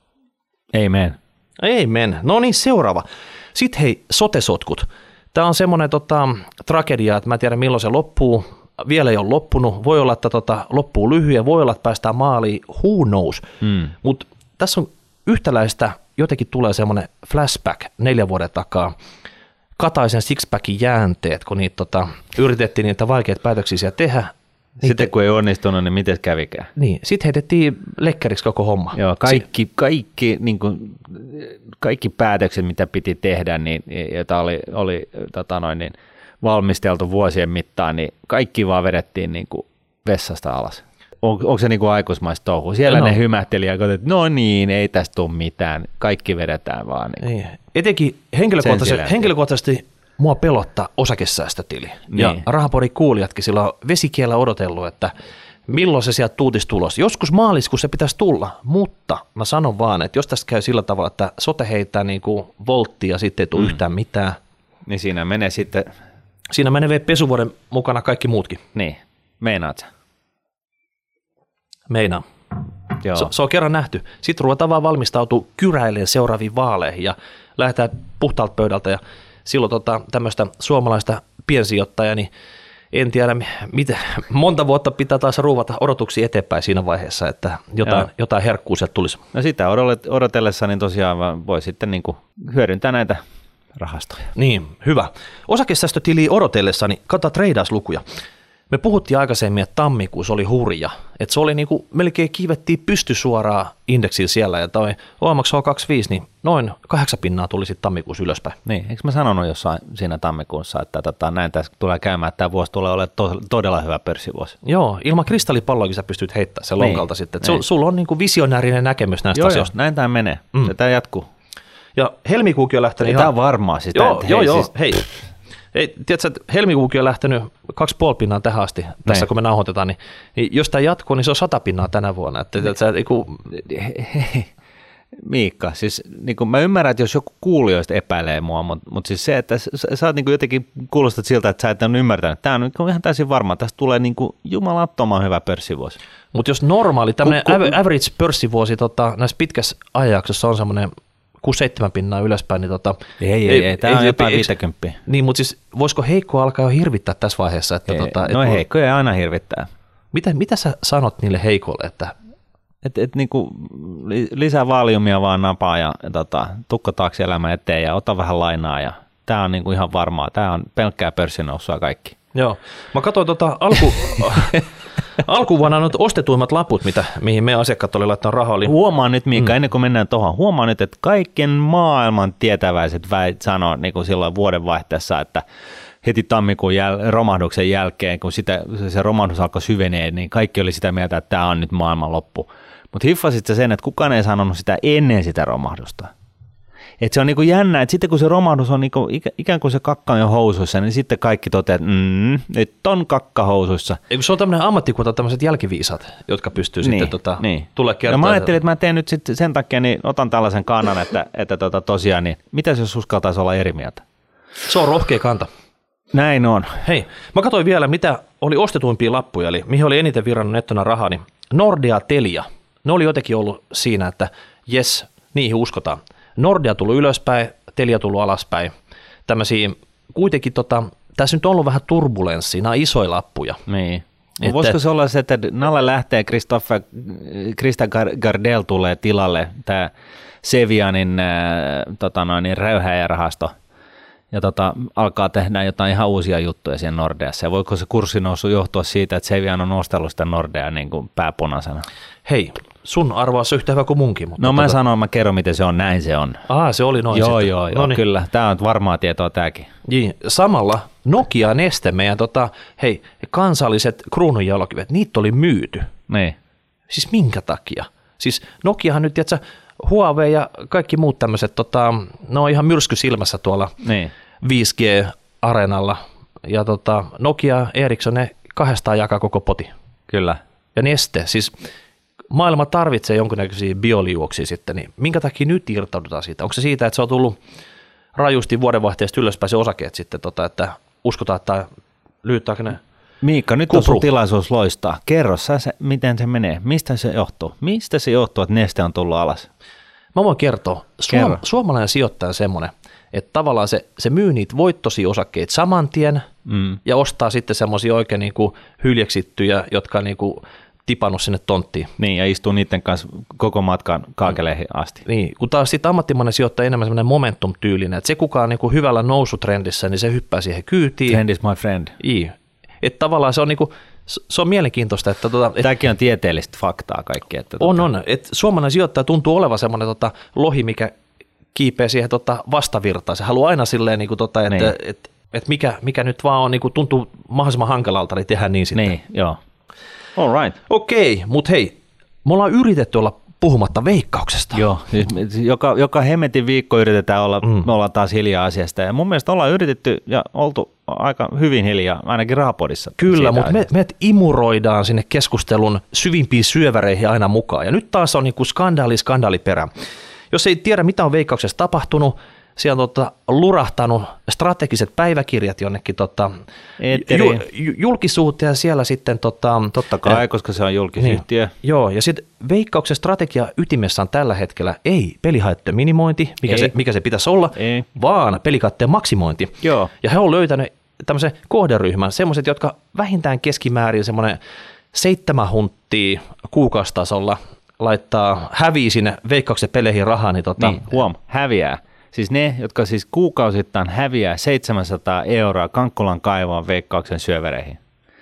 Ei men. Ei men. No niin, seuraava. Sitten hei, sote-sotkut. Tämä on semmoinen tota, tragedia, että mä en tiedä milloin se loppuu. Vielä ei ole loppunut, voi olla, että tota, loppuu lyhyen, voi olla, että päästään maaliin, who knows, mm. mutta tässä on yhtäläistä, jotenkin tulee semmoinen flashback neljän vuoden takaa, Kataisen sixpackin jäänteet, kun niitä tota, yritettiin niitä vaikeita päätöksiä siellä tehdä. Sitten niitä, kun ei onnistunut, niin miten kävikään? Niin, sitten heitettiin lekkeriksi koko homma. Joo, kaikki, kaikki, niin kuin, kaikki päätökset, mitä piti tehdä, niin, jota oli, oli tota noin, niin, valmisteltu vuosien mittaan, niin kaikki vaan vedettiin niin kuin vessasta alas. On, onko se niin kuin aikuismaista touhua? Siellä no. ne hymähteli ja että no niin, ei tästä tule mitään, kaikki vedetään vaan. Niin niin. Etenkin henkilökohtaisesti, henkilökohtaisesti mua pelottaa osakesäästötili. Niin. Ja Rahapodin kuulijatkin sillä on vesikielä odotellut, että milloin se sieltä tuutisi tulos. Joskus maaliskuussa se pitäisi tulla, mutta mä sanon vaan, että jos tästä käy sillä tavalla, että sote heittää niin kuin volttia ja sitten ei tule mm. yhtään mitään. Niin siinä menee sitten... Siinä menee pesuvuoden mukana kaikki muutkin. Niin, meinaat sä? Meinaan. Joo. Se, se on kerran nähty. Sitten ruvetaan vaan valmistautua kyräilemään seuraaviin vaaleihin ja lähdetään puhtaalta pöydältä. Ja silloin tota, tämmöistä suomalaista piensijoittajaa, niin en tiedä, mitä, monta vuotta pitää taas ruuvata odotuksia eteenpäin siinä vaiheessa, että jotain, jotain herkkuu sieltä tulisi. No sitä odotellessa, niin tosiaan voi sitten niin kuin hyödyntää näitä rahastoja. Niin, hyvä. Osakesäästötiliä odotellessani, katsotaan treidauslukuja. Me puhuttiin aikaisemmin, että tammikuussa oli hurja. Että se oli niin kuin, melkein kiivettiin pystysuoraa indeksillä siellä, ja toi O M X H kaksikymmentäviisi, niin noin kahdeksan pinnaa tuli sitten tammikuussa ylöspäin. Niin, eikö mä sanonut jossain siinä tammikuussa, että tota, näin tässä tulee käymään, että tämä vuosi tulee olemaan to- todella hyvä pörssivuosi. Joo, ilman kristallipalloakin sä pystyt heittämään sen niin, lonkalta sitten. Niin. Sulla on niin kuin visionäärinen näkemys näistä joo, asioista. Joo, näin tämä menee. Mm. Tämä jatkuu. Ja helmikuukin on lähtenyt ihan... Tämä on varmaa. Siis joo, tämän, joo, hei, joo, siis... hei. Ei, tiedätkö, että helmikuukin on lähtenyt kaksi puoli pinnaa tähän asti, tässä Nein. kun me nauhoitetaan, niin, niin jos tämä jatkuu, niin se on sata pinnaa tänä vuonna. Että, tiedätkö, että, kun... Miikka, siis niin kuin mä ymmärrän, että jos joku kuulijoista epäilee mua, mutta, mutta siis se, että sä, sä oot niin kuin jotenkin kuulostat siltä, että sä et ole ymmärtänyt. Tämä on niin ihan täysin varma, tästä tulee niin kuin jumalattoman hyvä pörssivuosi. Mutta jos normaali, tämmöinen average pörssivuosi tota, näissä pitkässä ajanjaksossa on semmoinen kuusi seitsemän pinnaa ylöspäin, niin tota... Ei, ei, ei, ei tämä on jotain viisikymmentä. Niin, mutta siis voisiko heikko alkaa jo hirvittää tässä vaiheessa? Että, ei, tota, no et, heikkoja aina hirvittää. Mitä, mitä sä sanot niille heikoille, että... Että et, niinku, lisää valiumia vaan napaa ja, ja tota, tukka taakse elämä eteen ja ota vähän lainaa ja tämä on niinku ihan varmaa. Tämä on pelkkää pörssinousua kaikki. Joo. Mä katsoin tota alku... Alkuvuonna nyt ostetuimmat laput, mitä, mihin meidän asiakkaat oli laittanut rahaa. Oli... Huomaa nyt, Miikka, mm. ennen kuin mennään tuohon, huomaa nyt, että kaiken maailman tietäväiset väit sanoo niin kuin silloin vuodenvaihteessa, että heti tammikuun jäl- romahduksen jälkeen, kun sitä, se romahdus alkoi syvenee, niin kaikki oli sitä mieltä, että tämä on nyt maailmanloppu. Mutta hiffasit sä sen, että kukaan ei sanonut sitä ennen sitä romahdusta. Et se on niinku jännä, että sitten kun se romahdus on niinku, ikään kuin se kakka on jo housuissa, niin sitten kaikki toteavat, että mm, nyt on kakka housuissa. Eikö se on tämmöinen ammattikunta, tämmöiset jälkiviisat, jotka pystyy niin, sitten tota, niin. tulee kertoa. No mä ajattelin, että mä teen nyt sitten sen takia, niin otan tällaisen kannan, että, että tota tosiaan, niin mitä jos uskaltaisi olla eri mieltä? Se on rohkea kanta. Näin on. Hei, mä katsoin vielä, mitä oli ostetuimpia lappuja, eli mihin oli eniten virrannut nettona rahaa, niin Nordea, Telia. Ne oli jotenkin ollut siinä, että jes, niihin uskotaan. Nordea tullut ylöspäin, Telia tullut alaspäin. Tämmöisiä, kuitenkin tota, tässä nyt on ollut vähän turbulenssia, nämä on isoja lappuja. Niin. Että, voisiko se olla se, että Nalle lähtee, Christophe, Krista Gardel tulee tilalle, tämä Sevianin äh, tota noin, niin räyhäjärahasto, ja tota, alkaa tehdä jotain ihan uusia juttuja siellä Nordeassa. Ja voiko se kurssinousu johtua siitä, että Sevian on nostellut sitä Nordea niin kuin pääpunaisena? Hei, sun arvaus on yhtä hyvä kuin munkin. Mutta no mä tota... sanon, mä kerron miten se on, näin se on. Aa, se oli noin Joo, sitten. joo, joo, Noniin. Kyllä. Tämä on varmaa tietoa tämäkin. Niin, samalla Nokia Neste, meidän tota, hei, kansalliset kruununjalokivet, niitä oli myyty. Niin. Siis minkä takia? Siis Nokiahan nyt, tiedätkö, Huawei ja kaikki muut tämmöiset, tota, ne on ihan myrsky silmässä tuolla niin. viisi G-areenalla. Ja tota, Nokia, Ericsson, ne kahdestaan jakaa koko poti. Kyllä. Ja Neste, siis maailma tarvitsee jonkinnäköisiä bioliuoksia sitten, niin minkä takia nyt irtaudutaan siitä? Onko se siitä, että se on tullut rajusti vuodenvaihteesta ylöspäin se osakeet sitten, tota, että uskotaan, että lyhyttääkö ne? Miikka, nyt kupru. On sun tilaisuus loistaa. Kerro sä, se, miten se menee. Mistä se johtuu? Mistä se johtuu, että Neste on tullut alas? Mä voin kertoa. Suom- suomalainen sijoittaja on semmoinen, että tavallaan se, se myy niitä voittoisia osakkeita saman tien mm. ja ostaa sitten semmoisia oikein niin kuin hyljeksittyjä, jotka niin kuin tipannut sinne tonttiin. Niin, ja istuu niiden kanssa koko matkan kaakeleihin asti. Niin, kun taas sitten ammattimainen sijoittaja enemmän semmoinen momentum-tyylinen, että se kuka on niin kuin hyvällä nousutrendissä, niin se hyppää siihen kyytiin. Trend is my friend. Niin, että tavallaan se on, niin kuin, se on mielenkiintoista. Että tota, et, Tämäkin on tieteellistä faktaa kaikki. Että on, tota. on. Että suomalainen sijoittaja tuntuu olevan semmoinen tota, lohi, mikä kiipeää siihen tota, vastavirtaan. Se haluaa aina silleen, niin kuin, tota, että niin. et, et mikä, mikä nyt vaan on, niin kuin, tuntuu mahdollisimman hankalalta, niin tehdään niin sitten. Niin, joo. All right. Okei, mutta hei, me ollaan yritetty olla puhumatta Veikkauksesta. Joo, siis joka, joka hemmetin viikko yritetään olla, mm. me ollaan taas hiljaa asiasta ja mun mielestä ollaan yritetty ja oltu aika hyvin hiljaa, ainakin Rahapodissa. Kyllä, mutta me, me imuroidaan sinne keskustelun syvimpiin syöväreihin aina mukaan ja nyt taas on niin kuin skandaali skandaaliperä. Jos ei tiedä mitä on Veikkauksessa tapahtunut, siellä on tota, lurahtanut strategiset päiväkirjat jonnekin tota, ju, ju, julkisuuteen ja siellä sitten... Tota, Totta kai, äh, koska se on julkisyhtiö. Niin, joo, ja sitten Veikkauksen strategia ytimessä on tällä hetkellä ei pelihaittojen minimointi, mikä, se, mikä se pitäisi olla, ei. vaan pelikatteen maksimointi. Joo. Ja he on löytänyt tämmöisen kohderyhmän, semmoiset, jotka vähintään keskimäärin semmoinen seitsemän hunttia kuukausitasolla laittaa, hävii sinne Veikkauksen peleihin rahaa. Niin, tota, niin huom, häviää. Siis ne, jotka siis kuukausittain häviää seitsemänsataa euroa Kankkulan kaivoon Veikkauksen syövereihin.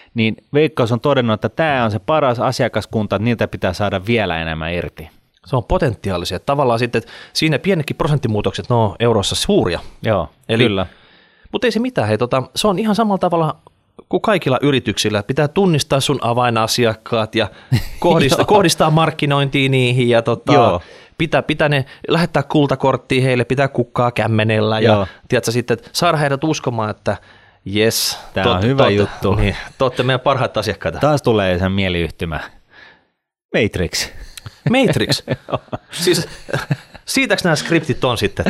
niin Veikkaus on todennut, että tämä on se paras asiakaskunta, että niiltä pitää saada vielä enemmän irti. Se on potentiaalisia. Tavallaan sitten, että siinä pienetkin prosenttimuutokset, ne on eurossa suuria. Joo, Eli, kyllä. Mutta ei se mitään. Hei, tota, se on ihan samalla tavalla kuin kaikilla yrityksillä. Pitää tunnistaa sun avainasiakkaat ja kohdistaa, kohdistaa markkinointia niihin ja tota, pitää, pitää ne lähettää kultakorttia heille, pitää kukkaa kämmenellä ja tiedätkö, sitten, että saada heidät uskomaan, että jes, tämä tot, on hyvä tot, juttu. Niin, te olette meidän parhaita asiakkaita. Taas tulee sen mieliyhtymä. Matrix. Matrix? Siis siitäkö nämä skriptit on sitten?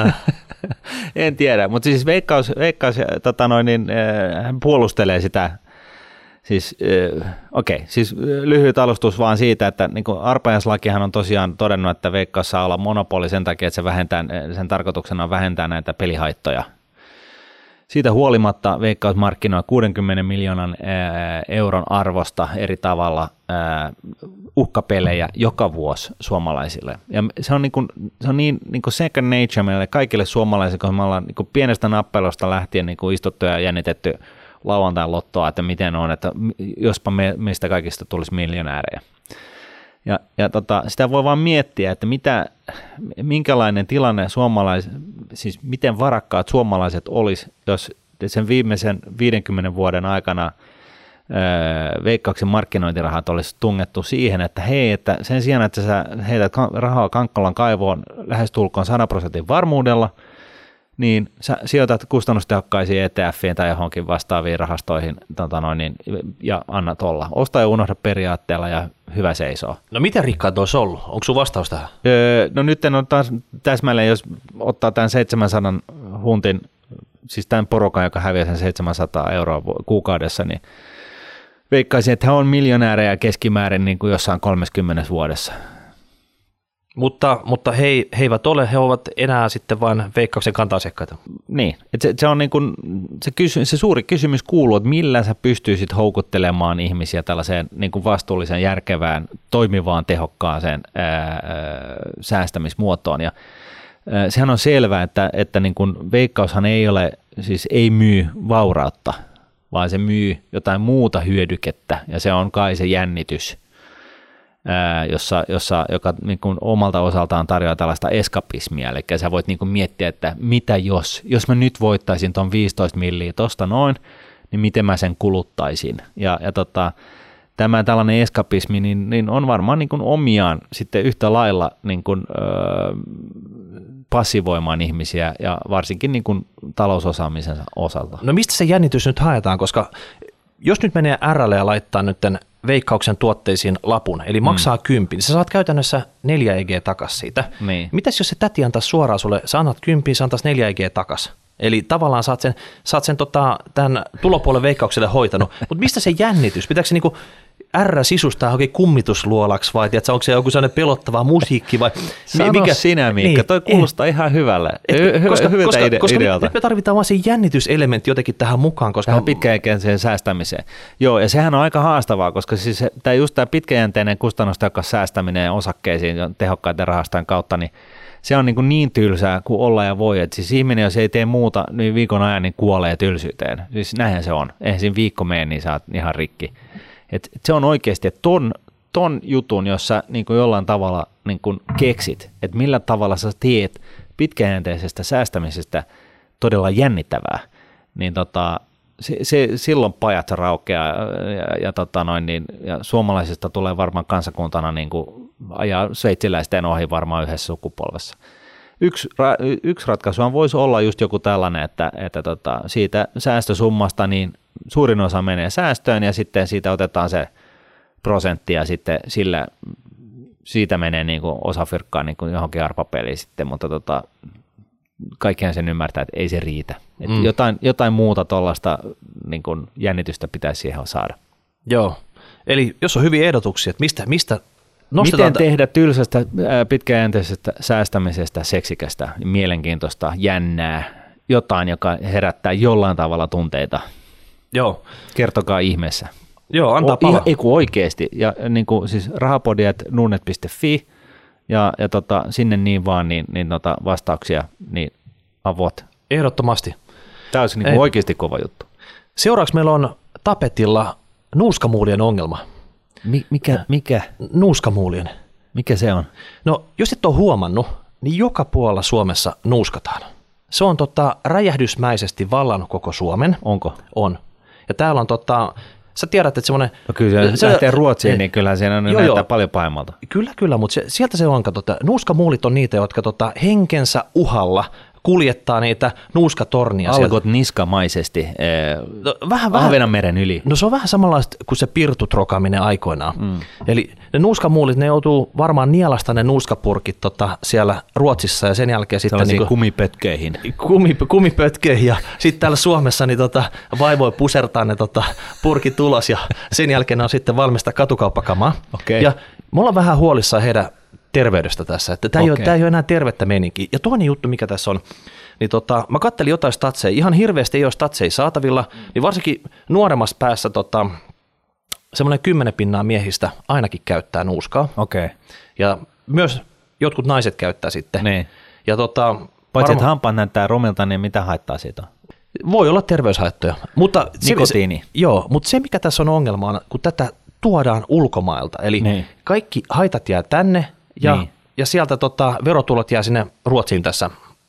En tiedä, mutta siis Veikkaus, Veikkaus tota noin, niin, hän puolustelee sitä, siis okei, okay, siis lyhyt alustus vaan siitä, että niin kuin arpajaislakihan on tosiaan todennut, että Veikkaus saa olla monopoli sen takia, että se vähentää, sen tarkoituksena on vähentää näitä pelihaittoja. Siitä huolimatta Veikkaus markkinoi kuudenkymmenen miljoonan euron arvosta eri tavalla uhkapelejä joka vuosi suomalaisille. Ja se on niin, kuin, se on niin, niin kuin second nature meille kaikille suomalaisille, kun me ollaan niin kuin pienestä nappelosta lähtien niin kuin istuttu ja jännitetty lauantain lottoa, että miten on, että jospa me, meistä kaikista tulisi miljonäärejä. Ja, ja tota, sitä voi vaan miettiä, että mitä, minkälainen tilanne suomalaiset, siis miten varakkaat suomalaiset olisi, jos sen viimeisen viidenkymmenen vuoden aikana öö, Veikkauksen markkinointirahat olisi tungettu siihen, että hei, että sen sijaan, että sä heität rahaa Kankkolan kaivoon lähestulkoon sata prosentin varmuudella, niin sä sijoitat kustannustehokkaisiin E T F:iin tai johonkin vastaaviin rahastoihin tota noin, niin, ja annat olla. Osta ja unohda periaatteella ja hyvä seisoo. No miten rikkaat olisi ollut? Onko sun vastaus tähän? Öö, no nyt en ole taas täsmälleen, jos ottaa tämän seitsemänsadan huntin, siis tämän porukan, joka häviää sen seitsemänsataa euroa kuukaudessa, niin veikkaisin, että he on miljonäärejä keskimäärin niin kuin jossain kolmekymmentä vuodessa. Mutta, mutta he, he eivät ole, he ovat enää sitten vain Veikkauksen kanta-asiakkaita. Niin, että se, se on niin kuin, se, kysy, se suuri kysymys kuuluu, että millä sä pystyisit houkuttelemaan ihmisiä tällaiseen niin kuin vastuullisen, järkevään, toimivaan, tehokkaaseen ää, säästämismuotoon. Ja ää, sehän on selvää, että, että niin kuin Veikkaushan ei ole, siis ei myy vaurautta, vaan se myy jotain muuta hyödykettä, ja se on kai se jännitys. Jossa, jossa, joka niin kuin omalta osaltaan tarjoaa tällaista eskapismia, eli sä voit niin kuin miettiä, että mitä jos, jos mä nyt voittaisin ton viisitoista milliä tosta noin, niin miten mä sen kuluttaisin. Ja, ja tota, tämä tällainen eskapismi niin, niin on varmaan niin kuin omiaan sitten yhtä lailla niin kuin, öö, passivoimaan ihmisiä ja varsinkin niin kuin talousosaamisen osalta. No mistä se jännitys nyt haetaan, koska jos nyt menee R:lle ja laittaa nyt Veikkauksen tuotteisiin lapun, eli maksaa mm. kympin, niin sä saat käytännössä neljä E G takas siitä. Niin. Mitäs jos se täti antaisi suoraan sulle, sä annat kympin, sä antaisi neljä E G takas? Eli tavallaan sä oot sen, sä oot sen tota, tämän tulopuolen Veikkaukselle hoitanut, mutta mistä se jännitys? Pitääkö se niinku R sisustaa oikein kummitusluolaksi vai tiedätkö, onko se joku sellainen pelottava musiikki vai? Sano mikä? Sinä Miikka, niin, toi kuulostaa eh. ihan hyvälle, Et, hy- koska, hyviltä koska, ide- koska idealta. Nyt me tarvitaan vaan se jännityselementti jotenkin tähän mukaan. Koska tähän pitkäjänteiseen säästämiseen. Joo, ja sehän on aika haastavaa, koska siis tämä just tämä pitkäjänteinen kustannustehokas säästäminen osakkeisiin tehokkaiden rahastojen kautta, niin se on niin, kuin niin tylsää kuin olla ja voi. Et siis ihminen, jos ei tee muuta niin viikon ajan, niin kuolee tylsyyteen. Siis näinhän se on. Eihän siinä viikko mene, niin sä oot ihan rikki. Et se on oikeasti, että ton, ton jutun, jos sä niin kuin jollain tavalla niin kuin keksit, että millä tavalla sä teet pitkäjänteisestä säästämisestä todella jännittävää, niin tota, se, se, silloin pajat raukeaa ja, ja, tota noin, niin, ja suomalaisista tulee varmaan kansakuntana niin kuin ajaa sveitsiläisten ohi varmaan yhdessä sukupolvessa. Yksi, ra, yksi ratkaisu voisi olla just joku tällainen, että, että tota, siitä säästösummasta niin suurin osa menee säästöön ja sitten siitä otetaan se prosentti ja sitten sillä, siitä menee niin kuin osa fyrkkaa niin kuin johonkin arpapeliin sitten, mutta tota, kaikkihan sen ymmärtää, että ei se riitä. Että mm. jotain, jotain muuta tuollaista niin kuin jännitystä pitäisi siihen saada. Joo, eli jos on hyviä ehdotuksia, että mistä, mistä nostetaan... Miten tehdä tylsästä pitkäjänteisestä säästämisestä seksikästä, mielenkiintoista, jännää, jotain, joka herättää jollain tavalla tunteita. Joo. Kertokaa ihmeessä. Joo, antaa palaa. Ei kun oikeasti. Ja niin kuin, siis rahapodiat nunet piste fi ja, ja tota, sinne niin vaan niin, niin tota vastauksia, niin avot. Ehdottomasti. Tämä olisi niin kuin oikeasti kova juttu. Seuraavaksi meillä on tapetilla nuuskamuulien ongelma. Mi- mikä, mikä? Nuuskamuulien. Mikä se on? No, jos et ole huomannut, niin joka puolella Suomessa nuuskataan. Se on tota, räjähdysmäisesti vallannut koko Suomen. Onko? On. Ja täällä on, tota, sä tiedät, että semmoinen... No kyllä, se lähtee Ruotsiin, niin kyllä siinä on, joo, näyttää joo. paljon pahemmalta. Kyllä, kyllä, mutta se, sieltä se on, kato, nuuskamuulit on niitä, jotka tota, henkensä uhalla kuljettaa niitä nuuskatornia. Alkot niskamaisesti no, vähän, vähän, Ahvenanmeren yli. No se on vähän samanlaista kuin se pirtutrokaaminen aikoinaan. Mm. Eli ne nuuskamuulit, ne joutuu varmaan nielasta ne nuuskapurkit tota, siellä Ruotsissa ja sen jälkeen sitten... Sellaisiin niin kumipötkeihin. Kumi, kumipötkeihin ja sitten täällä Suomessa niin tota, vaivoi pusertaa ne tota, purkit ulos ja sen jälkeen ne on sitten valmista katukauppakamaa. Okay. Ja me ollaan vähän huolissaan heidän terveydestä tässä, että tämä okay. ei, ei ole enää tervettä meininkiä. Ja toinen juttu, mikä tässä on, niin tota, mä kattelin jotain statseja, ihan hirveästi ei ole statseja saatavilla, niin varsinkin nuoremmassa päässä tota, semmoinen kymmenen pinnaa miehistä ainakin käyttää nuuskaa. Okei. Okay. Ja myös jotkut naiset käyttää sitten. Niin. Ja tota, paitsi, varma... että hampaat näyttää rumilta, niin mitä haittaa siitä? Voi olla terveyshaittoja. Mutta nikotiini. Se, joo, mutta se mikä tässä on ongelma on, kun tätä tuodaan ulkomailta, eli niin. kaikki haitat jää tänne, Ja, niin. ja sieltä tota, verotulot jää sinne Ruotsiin tässä.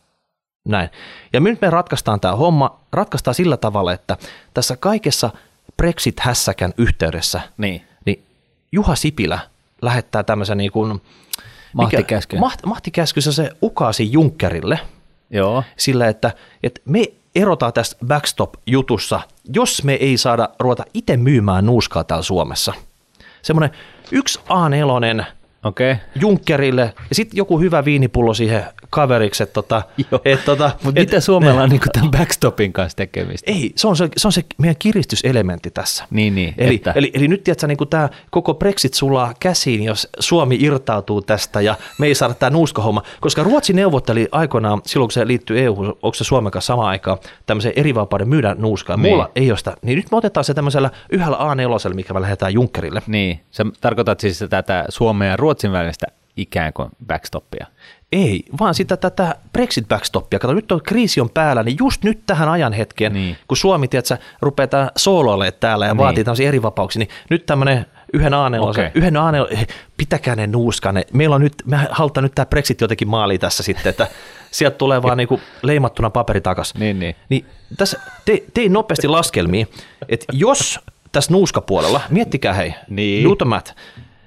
Näin. Ja nyt me ratkaistaan tämä homma, ratkaistaan sillä tavalla, että tässä kaikessa Brexit-hässäkän yhteydessä niin. niin Juha Sipilä lähettää tämmöisen niin kuin... Mahtikäskyn. Maht, mahtikäskyssä se ukaasi Junckerille. Joo. Sillä, että, että me erotaan tästä backstop-jutussa, jos me ei saada ruveta itse myymään nuuskaa täällä Suomessa. Semmoinen yksi A neljä Okay. Junckerille ja sitten joku hyvä viinipullo siihen kaveriksi. Että tota, et tota, mutta mitä Suomella on niinku tämän backstopin kanssa tekemistä? Ei, se on se, se on se meidän kiristyselementti tässä. Niin, niin. Eli, että... eli, eli nyt tiedätkö, niin tämä koko Brexit sulaa käsiin, jos Suomi irtautuu tästä ja me ei saada tämä nuuskahomma. Koska Ruotsi neuvotteli aikoinaan, silloin kun se liittyy E U-hun, onko se Suomen kanssa samaan aikaan, tämmöiseen eri vapauden myydä nuuskaa. Niin. Muulla ei ole sitä. Niin nyt me otetaan se tämmöisellä yhdellä A neljä, mikä me lähdetään Junckerille. Niin, sä tarkoitat siis tätä Suomen ja Ruotsin välistä ikään kuin backstoppia. Ei, vaan sitä tätä Brexit-backstoppia. Kato, nyt on kriisi on päällä, niin just nyt tähän ajan hetkeen, niin. kun Suomi, tiedätkö, rupeaa tää sooloilemaan täällä ja niin. vaatii tämmöisiä eri vapauksia, niin nyt tämmöinen yhden A neljä, okay. yhden A neljä, pitäkää ne nuuskaan. Meillä on nyt, me halutaan nyt tämä Brexit jotenkin maaliin tässä sitten, että sieltä tulee vaan niinku leimattuna paperi takas. Niin, niin. niin tässä te, tein nopeasti laskelmia, että jos tässä nuuskapuolella, miettikää hei, niin. do the math,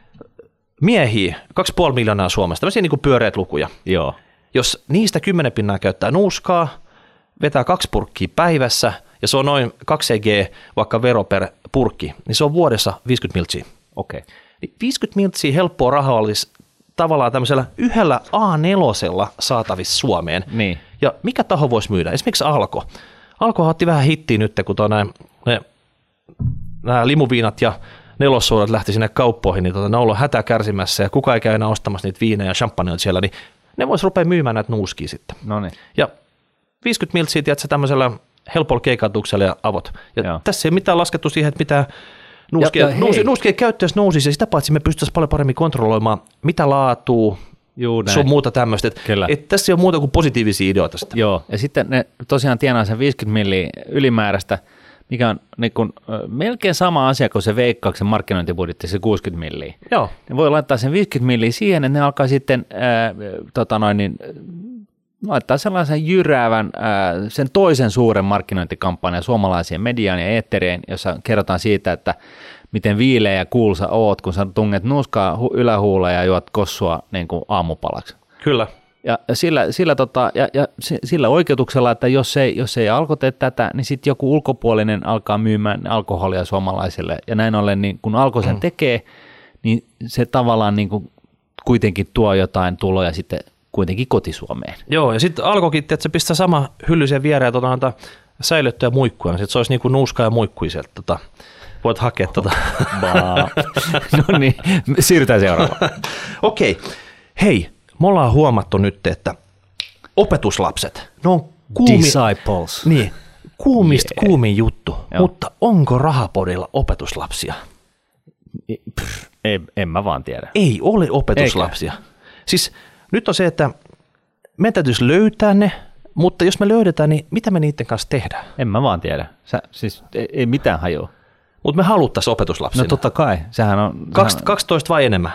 miehiä, kaksi pilkku viisi miljoonaa Suomesta, tämmöisiä niin kuin pyöreät lukuja. Joo. Jos niistä kymmenen pinnaa käyttää nuuskaa, vetää kaksi purkkia päivässä, ja se on noin kaksi G vaikka vero per purkki, niin se on vuodessa viisikymmentä miltsiä. Okei. Okay. Niin viisikymmentä miltsiä helppoa rahaa olisi tavallaan tämmöisellä yhdellä A neljä saatavissa Suomeen. Niin. Ja mikä taho voisi myydä? Esimerkiksi Alko. Alko otti vähän hittiä nyt, kun tuo näin, ne, nämä limuviinat ja nelossuodat lähti sinne kauppoihin, niin tota, ne on ollut hätä kärsimässä ja kukaan ei käy enää ostamassa niitä viinejä ja champagneja siellä, niin ne vois rupea myymään näitä nuuskia sitten. Noniin. Ja viisikymmentä miltsiä, tiedätkö, tämmöisellä helpolla keikatuksella ja avot. Ja Joo. tässä ei ole mitään laskettu siihen, että mitä nuuskien, nuuskien, nuuskien käyttöön nousisi, ja sitä paitsi me pystyttäisiin paljon paremmin kontrolloimaan, mitä laatua, sun muuta tämmöistä. Että et tässä ei ole muuta kuin positiivisia ideoita sitä. Joo, ja sitten ne tosiaan tienaa sen viisikymmentä milliä ylimääräistä, mikä on niin kuin, melkein sama asia kuin se Veikkauksen markkinointibudjetti, se kuusikymmentä milliä. Joo. Ne voi laittaa sen viisikymmentä milliä siihen, että ne alkaa sitten ää, tota noin, niin, laittaa sellaisen jyräävän, ää, sen toisen suuren markkinointikampanjan suomalaiseen mediaan ja eetteriin, jossa kerrotaan siitä, että miten viileä ja cool sä oot, kun sä tunget nuuskaa ylähuuleen ja juot kossua niin kuin aamupalaksi. Kyllä. Ja sillä, sillä, tota, ja, ja sillä oikeutuksella, että jos ei, jos ei Alko tee tätä, niin sitten joku ulkopuolinen alkaa myymään alkoholia suomalaisille. Ja näin ollen, niin kun Alko sen tekee, niin se tavallaan niin kuin kuitenkin tuo jotain tuloja sitten kuitenkin kotisuomeen. Joo, ja sitten Alkokin, että se pistää sama hyllyisen viereen tuota, antaa säilyttyä muikkuja, niin sitten se olisi niin kuin nuuskaa ja muikkui sieltä. Tota, voit hakea tuota. No niin, siirrytään seuraavaan. Okei, okay. Hei. Me ollaan huomattu nyt, että opetuslapset, ne on kuumi, Disciples. Niin, kuumista yeah. kuumin juttu, Joo. mutta onko Rahapodilla opetuslapsia? Pff, en, en mä vaan tiedä. Ei ole opetuslapsia. Eikä. Siis nyt on se, että meidän täytyisi löytää ne, mutta jos me löydetään, niin mitä me niiden kanssa tehdään? En mä vaan tiedä. Sä, siis ei, ei mitään hajua. Mutta me haluttaisiin opetuslapsina. No totta kai, sehän on... Kaks, sehän... kaksitoista vai enemmän?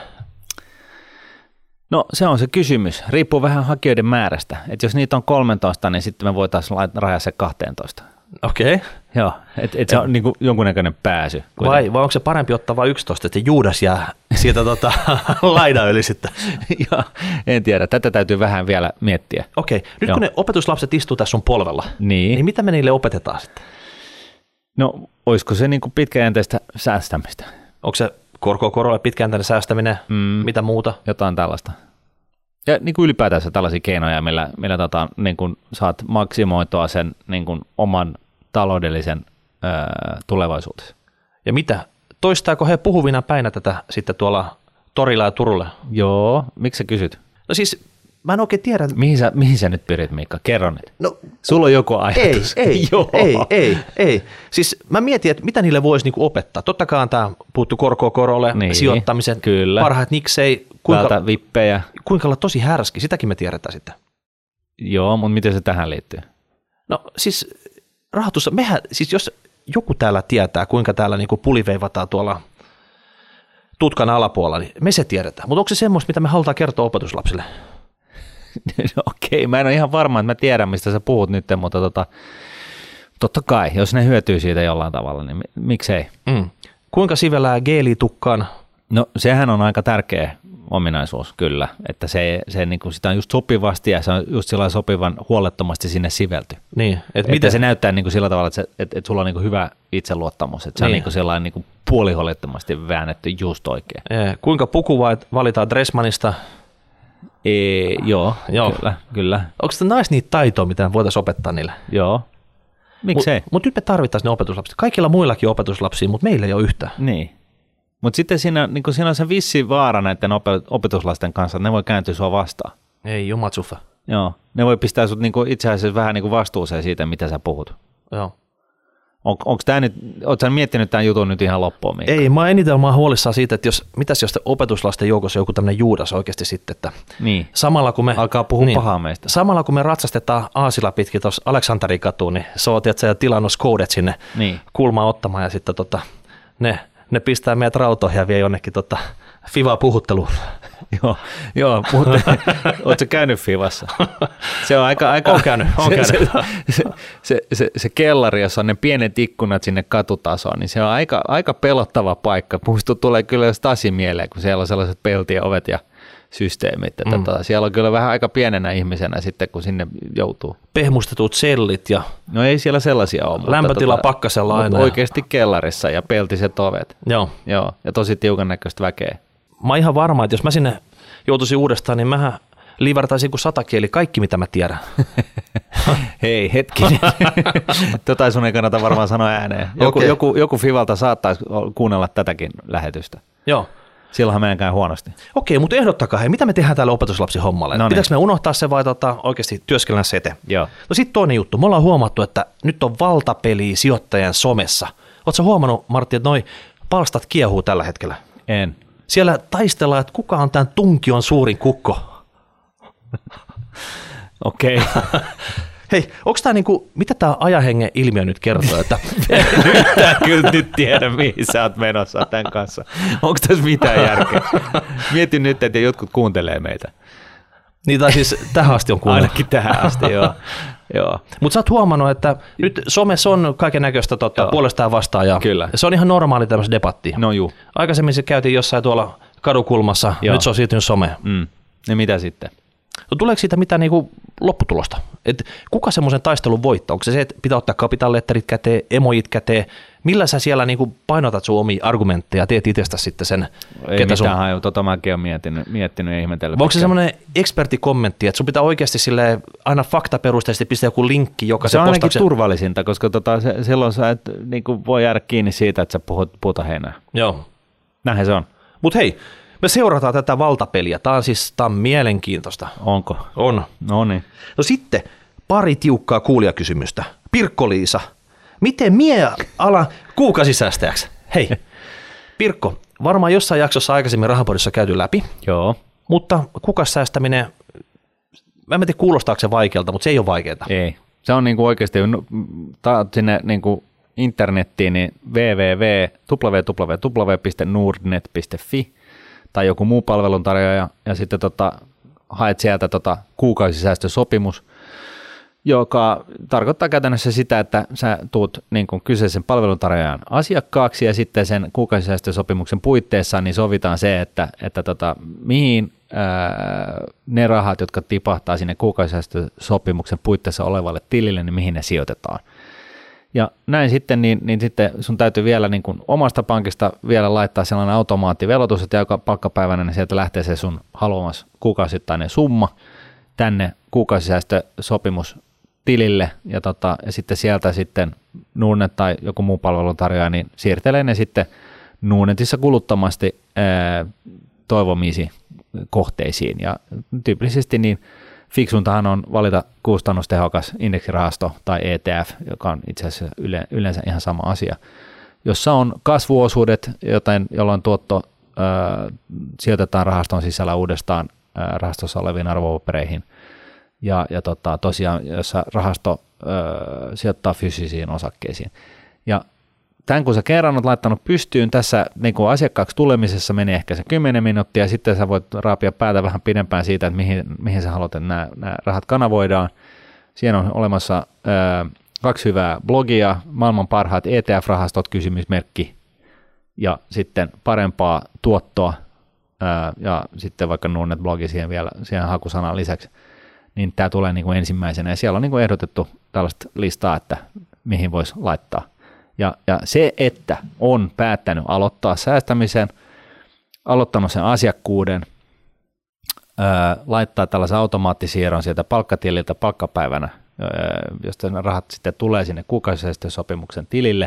No se on se kysymys. Riippuu vähän hakijoiden määrästä. Et jos niitä on kolmetoista, niin sitten me voitaisiin rajaa se kaksitoista. Okei. Okay. Joo, että et se on niin kuin jonkunnäköinen pääsy. Vai, vai onko se parempi ottaa vain yksitoista, että Juudas jää sieltä tota, laidan yli sitten? Joo, en tiedä. Tätä täytyy vähän vielä miettiä. Okei. Okay. Nyt Joo. kun ne opetuslapset istuu tässä sun polvella, niin, niin mitä me niille opetetaan sitten? No, olisiko se niin kuin pitkäjänteistä säästämistä? Onko se korko korolle pitkäjänteinen säästäminen, mm. mitä muuta? Jotain tällaista. Ja niin kuin ylipäätänsä tällaisia keinoja, millä, millä tota, niin kuin saat maksimoitua sen niin kuin oman taloudellisen ää, tulevaisuutesi. Ja mitä? Toistaako he puhuvina päinä tätä sitten tuolla torilla ja Turulla? Joo, miksi sä kysyt? No siis mä en oikein tiedä. Mihin sä, mihin sä nyt pyrit, Miikka? Kerro nyt. No, sulla on joku ajatus. Ei, ei, ei, ei, ei. Siis mä mietin, että mitä niille voisi niinku opettaa. Totta kai on tämä puhuttu korkoa korolle, niin, sijoittamisen, kyllä. Parhaat niksei. Kuinka, Vältä vippejä. Kuinka olla tosi härski, sitäkin me tiedetään sitten. Joo, mutta miten se tähän liittyy? No siis rahoitussa, mehän, siis jos joku täällä tietää, kuinka täällä niinku puliveivataan tuolla tutkan alapuolella, niin me se tiedetään. Mutta onko se semmoista, mitä me halutaan kertoa opetuslapsille? No, okei, mä en ole ihan varma, että mä tiedän, mistä sä puhut nyt, mutta tota, totta kai, jos ne hyötyy siitä jollain tavalla, niin miksei? Mm. Kuinka sivellää geeli tukkaan? No sehän on aika tärkeä ominaisuus, kyllä, että se, se niin kuin sitä on just sopivasti ja se on just sillä sopivan huolettomasti sinne sivelty. Niin, et että miten? Se näyttää niin kuin sillä tavalla, että, se, että, että sulla on niin kuin hyvä itseluottamus, että se niin. on niin kuin sellainen niin kuin puolihuolettomasti väännetty just oikein. Ee, kuinka puku valitaan Dressmanista? E, joo, joo, kyllä. kyllä. Onko se nais niitä taitoja, mitä voitaisiin opettaa niille? Joo. Miksei? Mutta mut nyt me tarvittaisiin ne opetuslapset. Kaikilla muillakin opetuslapsia, mutta meillä ei ole yhtään. Niin. Mutta sitten siinä, niin siinä on se vissi vaara näiden opetuslasten kanssa, että ne voi kääntyä sua vastaan. Ei, jumatsuffa. Joo, ne voi pistää sut niin itse asiassa vähän niin vastuuseen siitä, mitä sä puhut. Joo. On, onko tämä nyt, ootko sä miettinyt tämän jutun nyt ihan loppuun, Miikka? Ei, mä eniten mä huolissaan siitä, että jos, mitäs jos opetuslasten joukossa joku tämmöinen Juudas oikeasti sitten, että niin. samalla kun me... Alkaa puhua niin, pahaa meistä. Samalla kun me ratsastetaan aasilla pitkin tuossa Aleksanterin katuun, niin se oot, että sä tilannut skoudet sinne niin. kulmaan ottamaan ja sitten tota, ne, ne pistää meidät rautoihin ja vie jonnekin tota, Fivaa puhutteluun. Joo, joo, mutta ootko käynyt Fivassa? Se on aika... aika on käynyt, on se, käynyt. Se, se, se, se, se kellari, jossa on ne pienet ikkunat sinne katutasoon, niin se on aika, aika pelottava paikka. Musta tulee kyllä Stasi mieleen, kun siellä on sellaiset peltien ovet ja systeemit. Mm. Tota, siellä on kyllä vähän aika pienenä ihmisenä sitten, kun sinne joutuu. Pehmustetut sellit ja... No ei siellä sellaisia ole. Lämpötila tota, pakkasella aina. Oikeasti kellarissa ja peltiset ovet. Joo. Joo, ja tosi tiukan näköistä väkeä. Mä oon ihan varma, että jos mä sinne joutuisin uudestaan, niin mähän liivartaisin kuin satakieli kaikki, mitä mä tiedän. Hei, hetkinen. Tota sun ei kannata varmaan sanoa ääneen. Joku, okay. joku, joku Fivalta saattaisi kuunnella tätäkin lähetystä. Joo. Silloinhan meidän käy huonosti. Okei, mutta ehdottakaa, hei, mitä me tehdään täällä opetuslapsihommalle? No Pitääkö niin. me unohtaa se vai tota, oikeasti työskennellä se eteen? Joo. No sitten toinen juttu. Me ollaan huomattu, että nyt on valtapeli sijoittajan somessa. Ootko huomannut, Martti, että noi palstat kiehuu tällä hetkellä? En. Siellä taistellaan, että kuka on tämän tunkion suurin kukko. Okei. Okay. Hei, onko tämä niinku, mitä tämä ajahengen ilmiö nyt kertoo? Että... nyt tää kyllä nyt tiedä, mihin sä oot menossa tämän kanssa. Onko tässä mitään järkeä? Mietin nyt, että jotkut kuuntelee meitä. Niin, tai siis tähän asti on kuunnellut. Ainakin tähän asti, joo. joo. Mutta sä oot huomannut, että nyt somessa on kaiken näköistä tota, puolestaan vastaan. Ja kyllä. Se on ihan normaali tämmöistä debattia. No juu. Aikaisemmin se käytiin jossain tuolla kadukulmassa, joo. Nyt se on siirtynyt someen. Mm. Ja mitä sitten? No, tuleeko siitä mitään niinku lopputulosta? Et kuka semmoisen taistelun voittaa? Onko se se, että pitää ottaa kapitalletterit käteen, emojit käteen? Millä sä siellä niinku painotat sun omia argumentteja ja teet itsestä sitten sen, ei ketä sun... Ei mitään, tota mäkin olen miettinyt, miettinyt ja ihmetellyt. Onko se semmoinen eksperttikommentti, että sun pitää oikeasti sille aina faktaperusteisesti pistää joku linkki, joka se, se on ainakin postauksen... turvallisinta, koska tota, se, silloin sä et niinku voi jäädä kiinni siitä, että sä puhut puuta heinää. Joo. Näinhän se on. Mut hei, me seurataan tätä valtapeliä. Tämä on siis tää on mielenkiintoista. Onko? On. No niin. No sitten pari tiukkaa kuulijakysymystä. Pirkko-Liisa, miten mie alan kuukausisäästäjäksi? Hei, Pirkko, varmaan jossain jaksossa aikaisemmin Rahapodissa käyty läpi. Joo. Mutta kuukausisäästäminen, mä en tiedä kuulostaako se vaikealta, mutta se ei ole vaikeaa. Ei. Se on niinku oikeasti, ta, sinne niinku internettiin, niin www piste nordnet piste fi tai joku muu palveluntarjoaja, ja sitten tota, haet sieltä tota kuukausisäästösopimus, joka tarkoittaa käytännössä sitä, että sä tuut niin kuin kyseisen palveluntarjoajan asiakkaaksi, ja sitten sen kuukausisäästösopimuksen puitteissa niin sovitaan se, että, että tota, mihin ää, ne rahat, jotka tipahtaa sinne kuukausisäästösopimuksen puitteissa olevalle tilille, niin mihin ne sijoitetaan. Ja näin sitten, niin, niin sitten sun täytyy vielä niin kuin omasta pankista vielä laittaa sellainen automaattivelotus, että joka palkkapäivänä niin sieltä lähtee se sun haluamas kuukausittainen summa tänne kuukausisäästösopimustilille, ja, tota, ja sitten sieltä sitten Nordnet tai joku muu palveluntarjoaja niin siirtelee ne sitten Nordnetissa kuluttomasti ää, toivomisi kohteisiin. Ja tyypillisesti niin fiksuntahan on valita kustannustehokas indeksirahasto tai E T F, joka on itse asiassa yle, yleensä ihan sama asia, jossa on kasvuosuudet, joten, jolloin tuotto ää, sijoitetaan rahaston sisällä uudestaan ää, rahastossa oleviin arvopapereihin, ja, ja tota, tosiaan, jossa rahasto ää, sijoittaa fyysisiin osakkeisiin. Ja tämän kun sä kerran olet laittanut pystyyn, tässä niin kuin asiakkaaksi tulemisessa meni ehkä se kymmenen minuuttia, ja sitten sä voit raapia päätä vähän pidempään siitä, että mihin, mihin sä haluat, että nämä, nämä rahat kanavoidaan. Siinä on olemassa ää, kaksi hyvää blogia, maailman parhaat E T F-rahastot, kysymysmerkki, ja sitten parempaa tuottoa, ää, ja sitten vaikka Nordnet-blogi siihen vielä siihen hakusanan lisäksi, niin tämä tulee niin kuin ensimmäisenä, ja siellä on niin kuin ehdotettu tällaista listaa, että mihin voisi laittaa. Ja, ja se, että on päättänyt aloittaa säästämisen, aloittanut sen asiakkuuden, ää, laittaa tällaisen automaattisiirron sieltä palkkatililtä palkkapäivänä, ää, josta ne rahat sitten tulee sinne kuukausisäästösopimuksen tilille,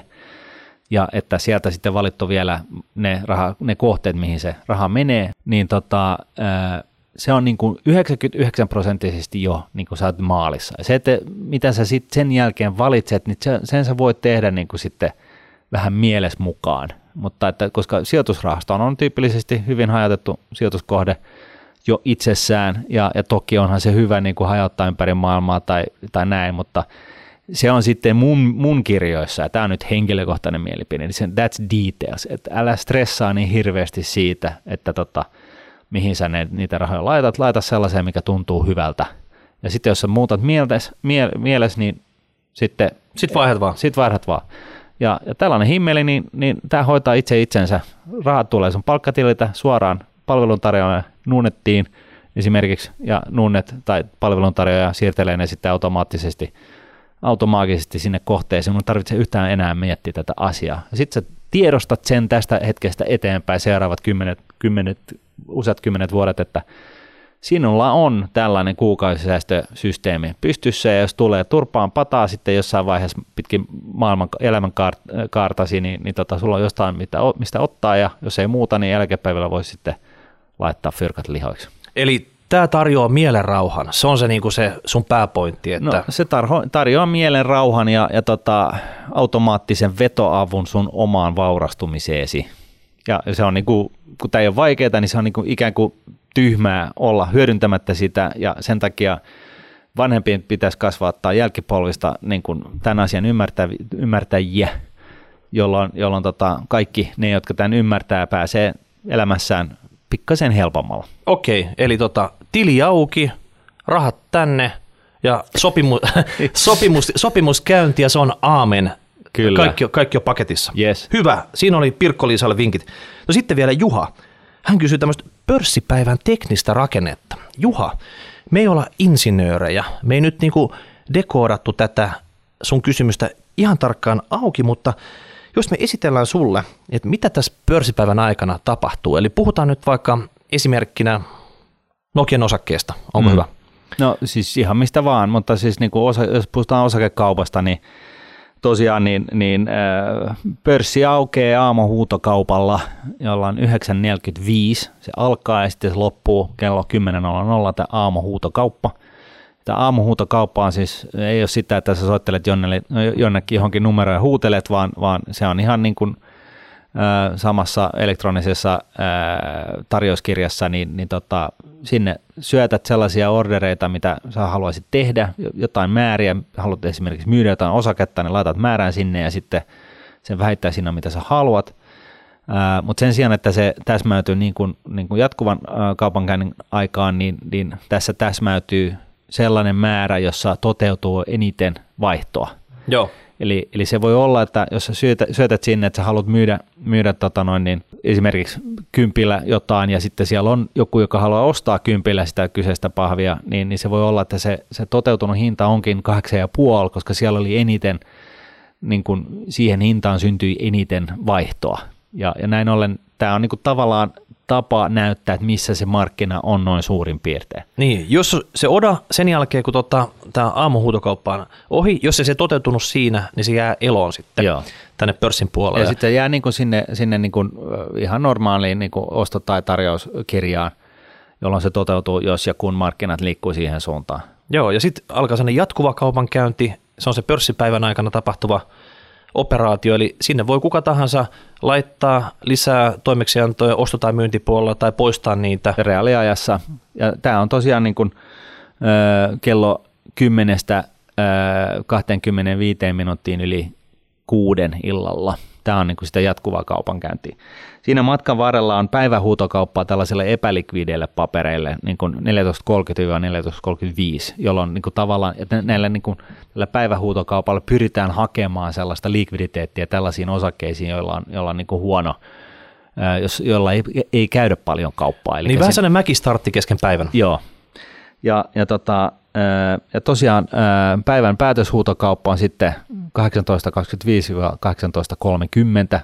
ja että sieltä sitten valittu vielä ne, raha, ne kohteet, mihin se raha menee, niin tota, ää, se on niin kuin yhdeksänkymmentäyhdeksän prosenttisesti jo niin kuin sä oot maalissa. Ja se, että mitä sä sitten sen jälkeen valitset, niin sen sä voit tehdä niin kuin sitten vähän mieles mukaan. Mutta että, koska sijoitusrahasto on tyypillisesti hyvin hajautettu sijoituskohde jo itsessään, ja, ja toki onhan se hyvä niin kuin hajauttaa ympäri maailmaa tai, tai näin, mutta se on sitten mun, mun kirjoissa, ja tämä on nyt henkilökohtainen mielipide, niin se that's details, että älä stressaa niin hirveästi siitä, että tota, mihin sä ne, niitä rahoja laitat, laita sellaiseen, mikä tuntuu hyvältä. Ja sitten jos sä muutat mieles, mie, mieles, niin sitten Sitten vaihdat vaan. Sitten vaihdat vaan. Ja, ja tällainen himmeli, niin, niin tämä hoitaa itse itsensä. Rahat tulee sun palkkatililtä suoraan palveluntarjoajalle Nordnettiin esimerkiksi, ja Nordnet tai palveluntarjoaja siirtelee ne sitten automaattisesti, automaagisesti sinne kohteeseen. Mun ei tarvitse yhtään enää miettiä tätä asiaa. Ja sitten sä tiedostat sen tästä hetkestä eteenpäin seuraavat kymmenet, kymmenet, useat kymmenet vuodet, että sinulla on tällainen kuukausisäästösysteemi pystyssä, ja jos tulee turpaan pataa sitten jossain vaiheessa pitkin maailman elämänkaartasi, niin, niin tota, sulla on jostain mitä, mistä ottaa, ja jos ei muuta, niin eläkepäivällä voisi sitten laittaa fyrkat lihoiksi. Eli tämä tarjoaa mielen rauhan. Se on se, niin kuin se sun pääpointti. Että... No, se tarho- tarjoaa mielen rauhan ja, ja tota, automaattisen vetoavun sun omaan vaurastumiseesi. Ja se on niin kuin, kun tämä ei ole vaikeaa, niin se on niin kuin ikään kuin tyhmää olla hyödyntämättä sitä, ja sen takia vanhempien pitäisi kasvattaa jälkipolvista niin kuin tämän asian ymmärtäjiä, jolloin, jolloin tota, kaikki ne, jotka tämän ymmärtää, pääsee elämässään pikkasen helpommalla. Okei, eli tota, tili auki, rahat tänne ja sopimu, sopimus, sopimuskäynti, ja se on aamen. Kyllä. Kaikki, kaikki on paketissa. Yes. Hyvä, siinä oli Pirkko-Liisalle vinkit. No sitten vielä Juha. Hän kysyy tämmöistä pörssipäivän teknistä rakennetta. Juha, me ei olla insinöörejä. Me ei nyt niinku dekoodattu tätä sun kysymystä ihan tarkkaan auki, mutta jos me esitellään sulle, että mitä tässä pörssipäivän aikana tapahtuu, eli puhutaan nyt vaikka esimerkkinä Nokian osakkeesta, onko mm. hyvä? No siis ihan mistä vaan, mutta siis niinku osa, jos puhutaan osakekaupasta, niin tosiaan niin, niin äh, pörssi aukeaa aamuhuutokaupalla, jolla on yhdeksän neljäkymmentäviisi. Se alkaa ja sitten se loppuu kello kymmenen nolla nolla tämä aamuhuutokauppa. Tämä aamuhuutokauppa on siis, ei ole sitä, että sä soittelet jonnelle, jonnekin johonkin numeroon ja huutelet, vaan, vaan se on ihan niin kuin samassa elektronisessa tarjouskirjassa, niin, niin tota, sinne syötät sellaisia ordereita, mitä sä haluaisit tehdä, jotain määriä, haluat esimerkiksi myydä jotain osaketta, niin laitat määrän sinne ja sitten sen vähittäishinnan, mitä sä haluat. Mutta sen sijaan, että se täsmäytyy niin kuin, niin kuin jatkuvan kaupankäynnin aikaan, niin, niin tässä täsmäytyy sellainen määrä, jossa toteutuu eniten vaihtoa. Joo. Eli, eli se voi olla, että jos sä syötät, syötät sinne, että sä haluat myydä, myydä tota noin, niin esimerkiksi kympillä jotain, ja sitten siellä on joku, joka haluaa ostaa kympillä sitä kyseistä pahvia, niin, niin se voi olla, että se, se toteutunut hinta onkin kahdeksan ja puoli, koska siellä oli eniten, niin kuin siihen hintaan syntyi eniten vaihtoa. Ja, ja näin ollen tämä on niin kuin tavallaan tapa näyttää, että missä se markkina on noin suurin piirtein. Niin, jos se oda sen jälkeen, kun tota, tämä aamuhuutokauppa on ohi, jos ei se toteutunut siinä, niin se jää eloon sitten Joo. tänne pörssin puolelle. Ja sitten jää niin kuin sinne, sinne niin kuin ihan normaaliin niin kuin osto- tai tarjouskirjaan, jolloin se toteutuu, jos ja kun markkinat liikkuu siihen suuntaan. Joo, ja sitten alkaa sellainen jatkuva kaupankäynti, se on se pörssipäivän aikana tapahtuva operaatio, eli sinne voi kuka tahansa laittaa lisää toimeksiantoja osto- tai myyntipuolella tai poistaa niitä. Reaaliajassa. Ja tämä on tosiaan niin kuin, äh, kello kymmenestä kaksikymmentäviisi minuuttiin yli kuuden illalla. Tämä on niin kuin sitä jatkuvaa kaupankäyntiä. Siinä matkan varrella on päivähuutokauppaa tällaisille epälikvideille papereille, niin kuin neljätoista kolmekymmentä neljätoista kolmekymmentäviisi, jolloin niin kuin tavallaan, että näillä niin kuin, tällä päivähuutokaupalla pyritään hakemaan sellaista likviditeettiä tällaisiin osakkeisiin, joilla on, joilla on niin kuin huono, jos, joilla ei, ei käydä paljon kauppaa. Eli niin vähän sellainen mäkistartti kesken päivän. Joo. Ja, ja, tota, ja tosiaan päivän päätöshuutokauppa on sitten kahdeksantoista kaksikymmentäviisi kahdeksantoista kolmekymmentä.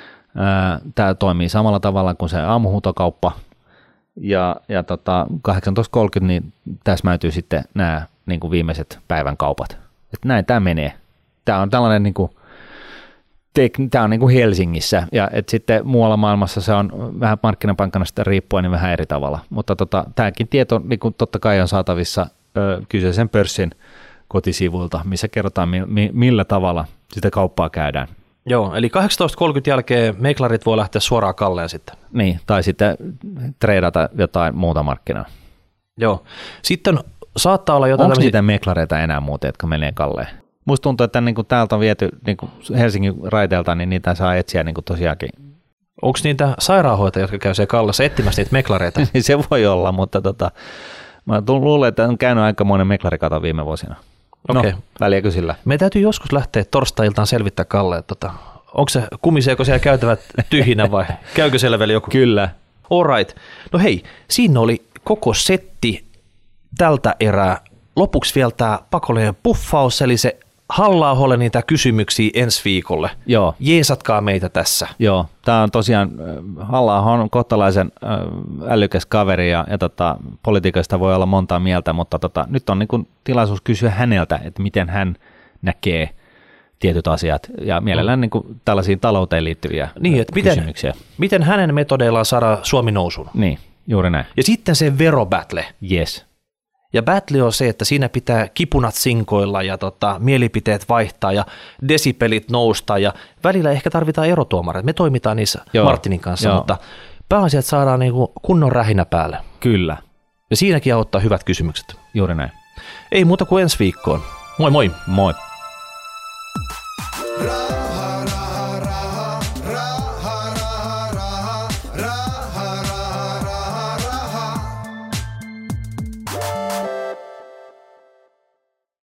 Tämä toimii samalla tavalla kuin se aamuhuutokauppa. Ja, ja tota, kahdeksantoista kolmekymmentä niin täsmäytyy sitten nämä niin kuin viimeiset päivän kaupat. Et näin tämä menee. Tämä on tällainen niin kuin, tämä on niin kuin Helsingissä, ja et sitten muualla maailmassa se on vähän markkinapaikasta riippuen niin vähän eri tavalla, mutta tota, tämäkin tieto niin kuin totta kai on saatavissa ö, kyseisen pörssin kotisivuilta, missä kerrotaan mi, millä tavalla sitä kauppaa käydään. Joo, eli kahdeksantoista kolmekymmentä jälkeen meklarit voi lähteä suoraan kalleen sitten. Niin, tai sitten treidata jotain muuta markkinaa. Joo, sitten saattaa olla jotain... Onko tämmöisiä... niitä meklareita enää muuten, jotka menee kalleen? Musta tuntuu, että niin kuin täältä on viety niin kuin Helsingin raiteelta, niin niitä saa etsiä niin kuin tosiaankin. Onko niitä sairaanhoitajia, jotka käy siellä kallassa etsimässä niitä meklareita? Se voi olla, mutta tota, mä luulen, että on käynyt aika monen meklarikata viime vuosina. Okay. No, väliä kysillä. Me täytyy joskus lähteä torstai-iltaan selvittää Kalle, tota, onko se kumiseeko siellä käytävät tyhjinä vai käykö siellä vielä joku? Kyllä. All right. No hei, siinä oli koko setti tältä erää. Lopuksi vielä tämä pakollinen puffaus, eli se Halla-aholle niitä kysymyksiä ensi viikolle. Joo. Jeesatkaa meitä tässä. Joo, tämä on tosiaan, Halla-aho on kohtalaisen älykäs kaveri ja, ja tota, politiikasta voi olla montaa mieltä, mutta tota, nyt on niin kuin tilaisuus kysyä häneltä, että miten hän näkee tietyt asiat ja mielellään no. niin kuin tällaisiin talouteen liittyviä niin, että kysymyksiä. Miten, miten hänen metodeillaan saada Suomi nousuun? Niin, juuri näin. Ja sitten se verobattle. Yes. Ja battle on se, että siinä pitää kipunat sinkoilla ja tota, mielipiteet vaihtaa ja desipelit nousta ja välillä ehkä tarvitaan erotuomareita. Me toimitaan niissä Joo. Martinin kanssa, Joo. mutta pääasia, että saadaan niinku kunnon rähinä päälle. Kyllä. Ja siinäkin auttaa hyvät kysymykset. Juuri näin. Ei muuta kuin ensi viikkoon. Moi moi. Moi.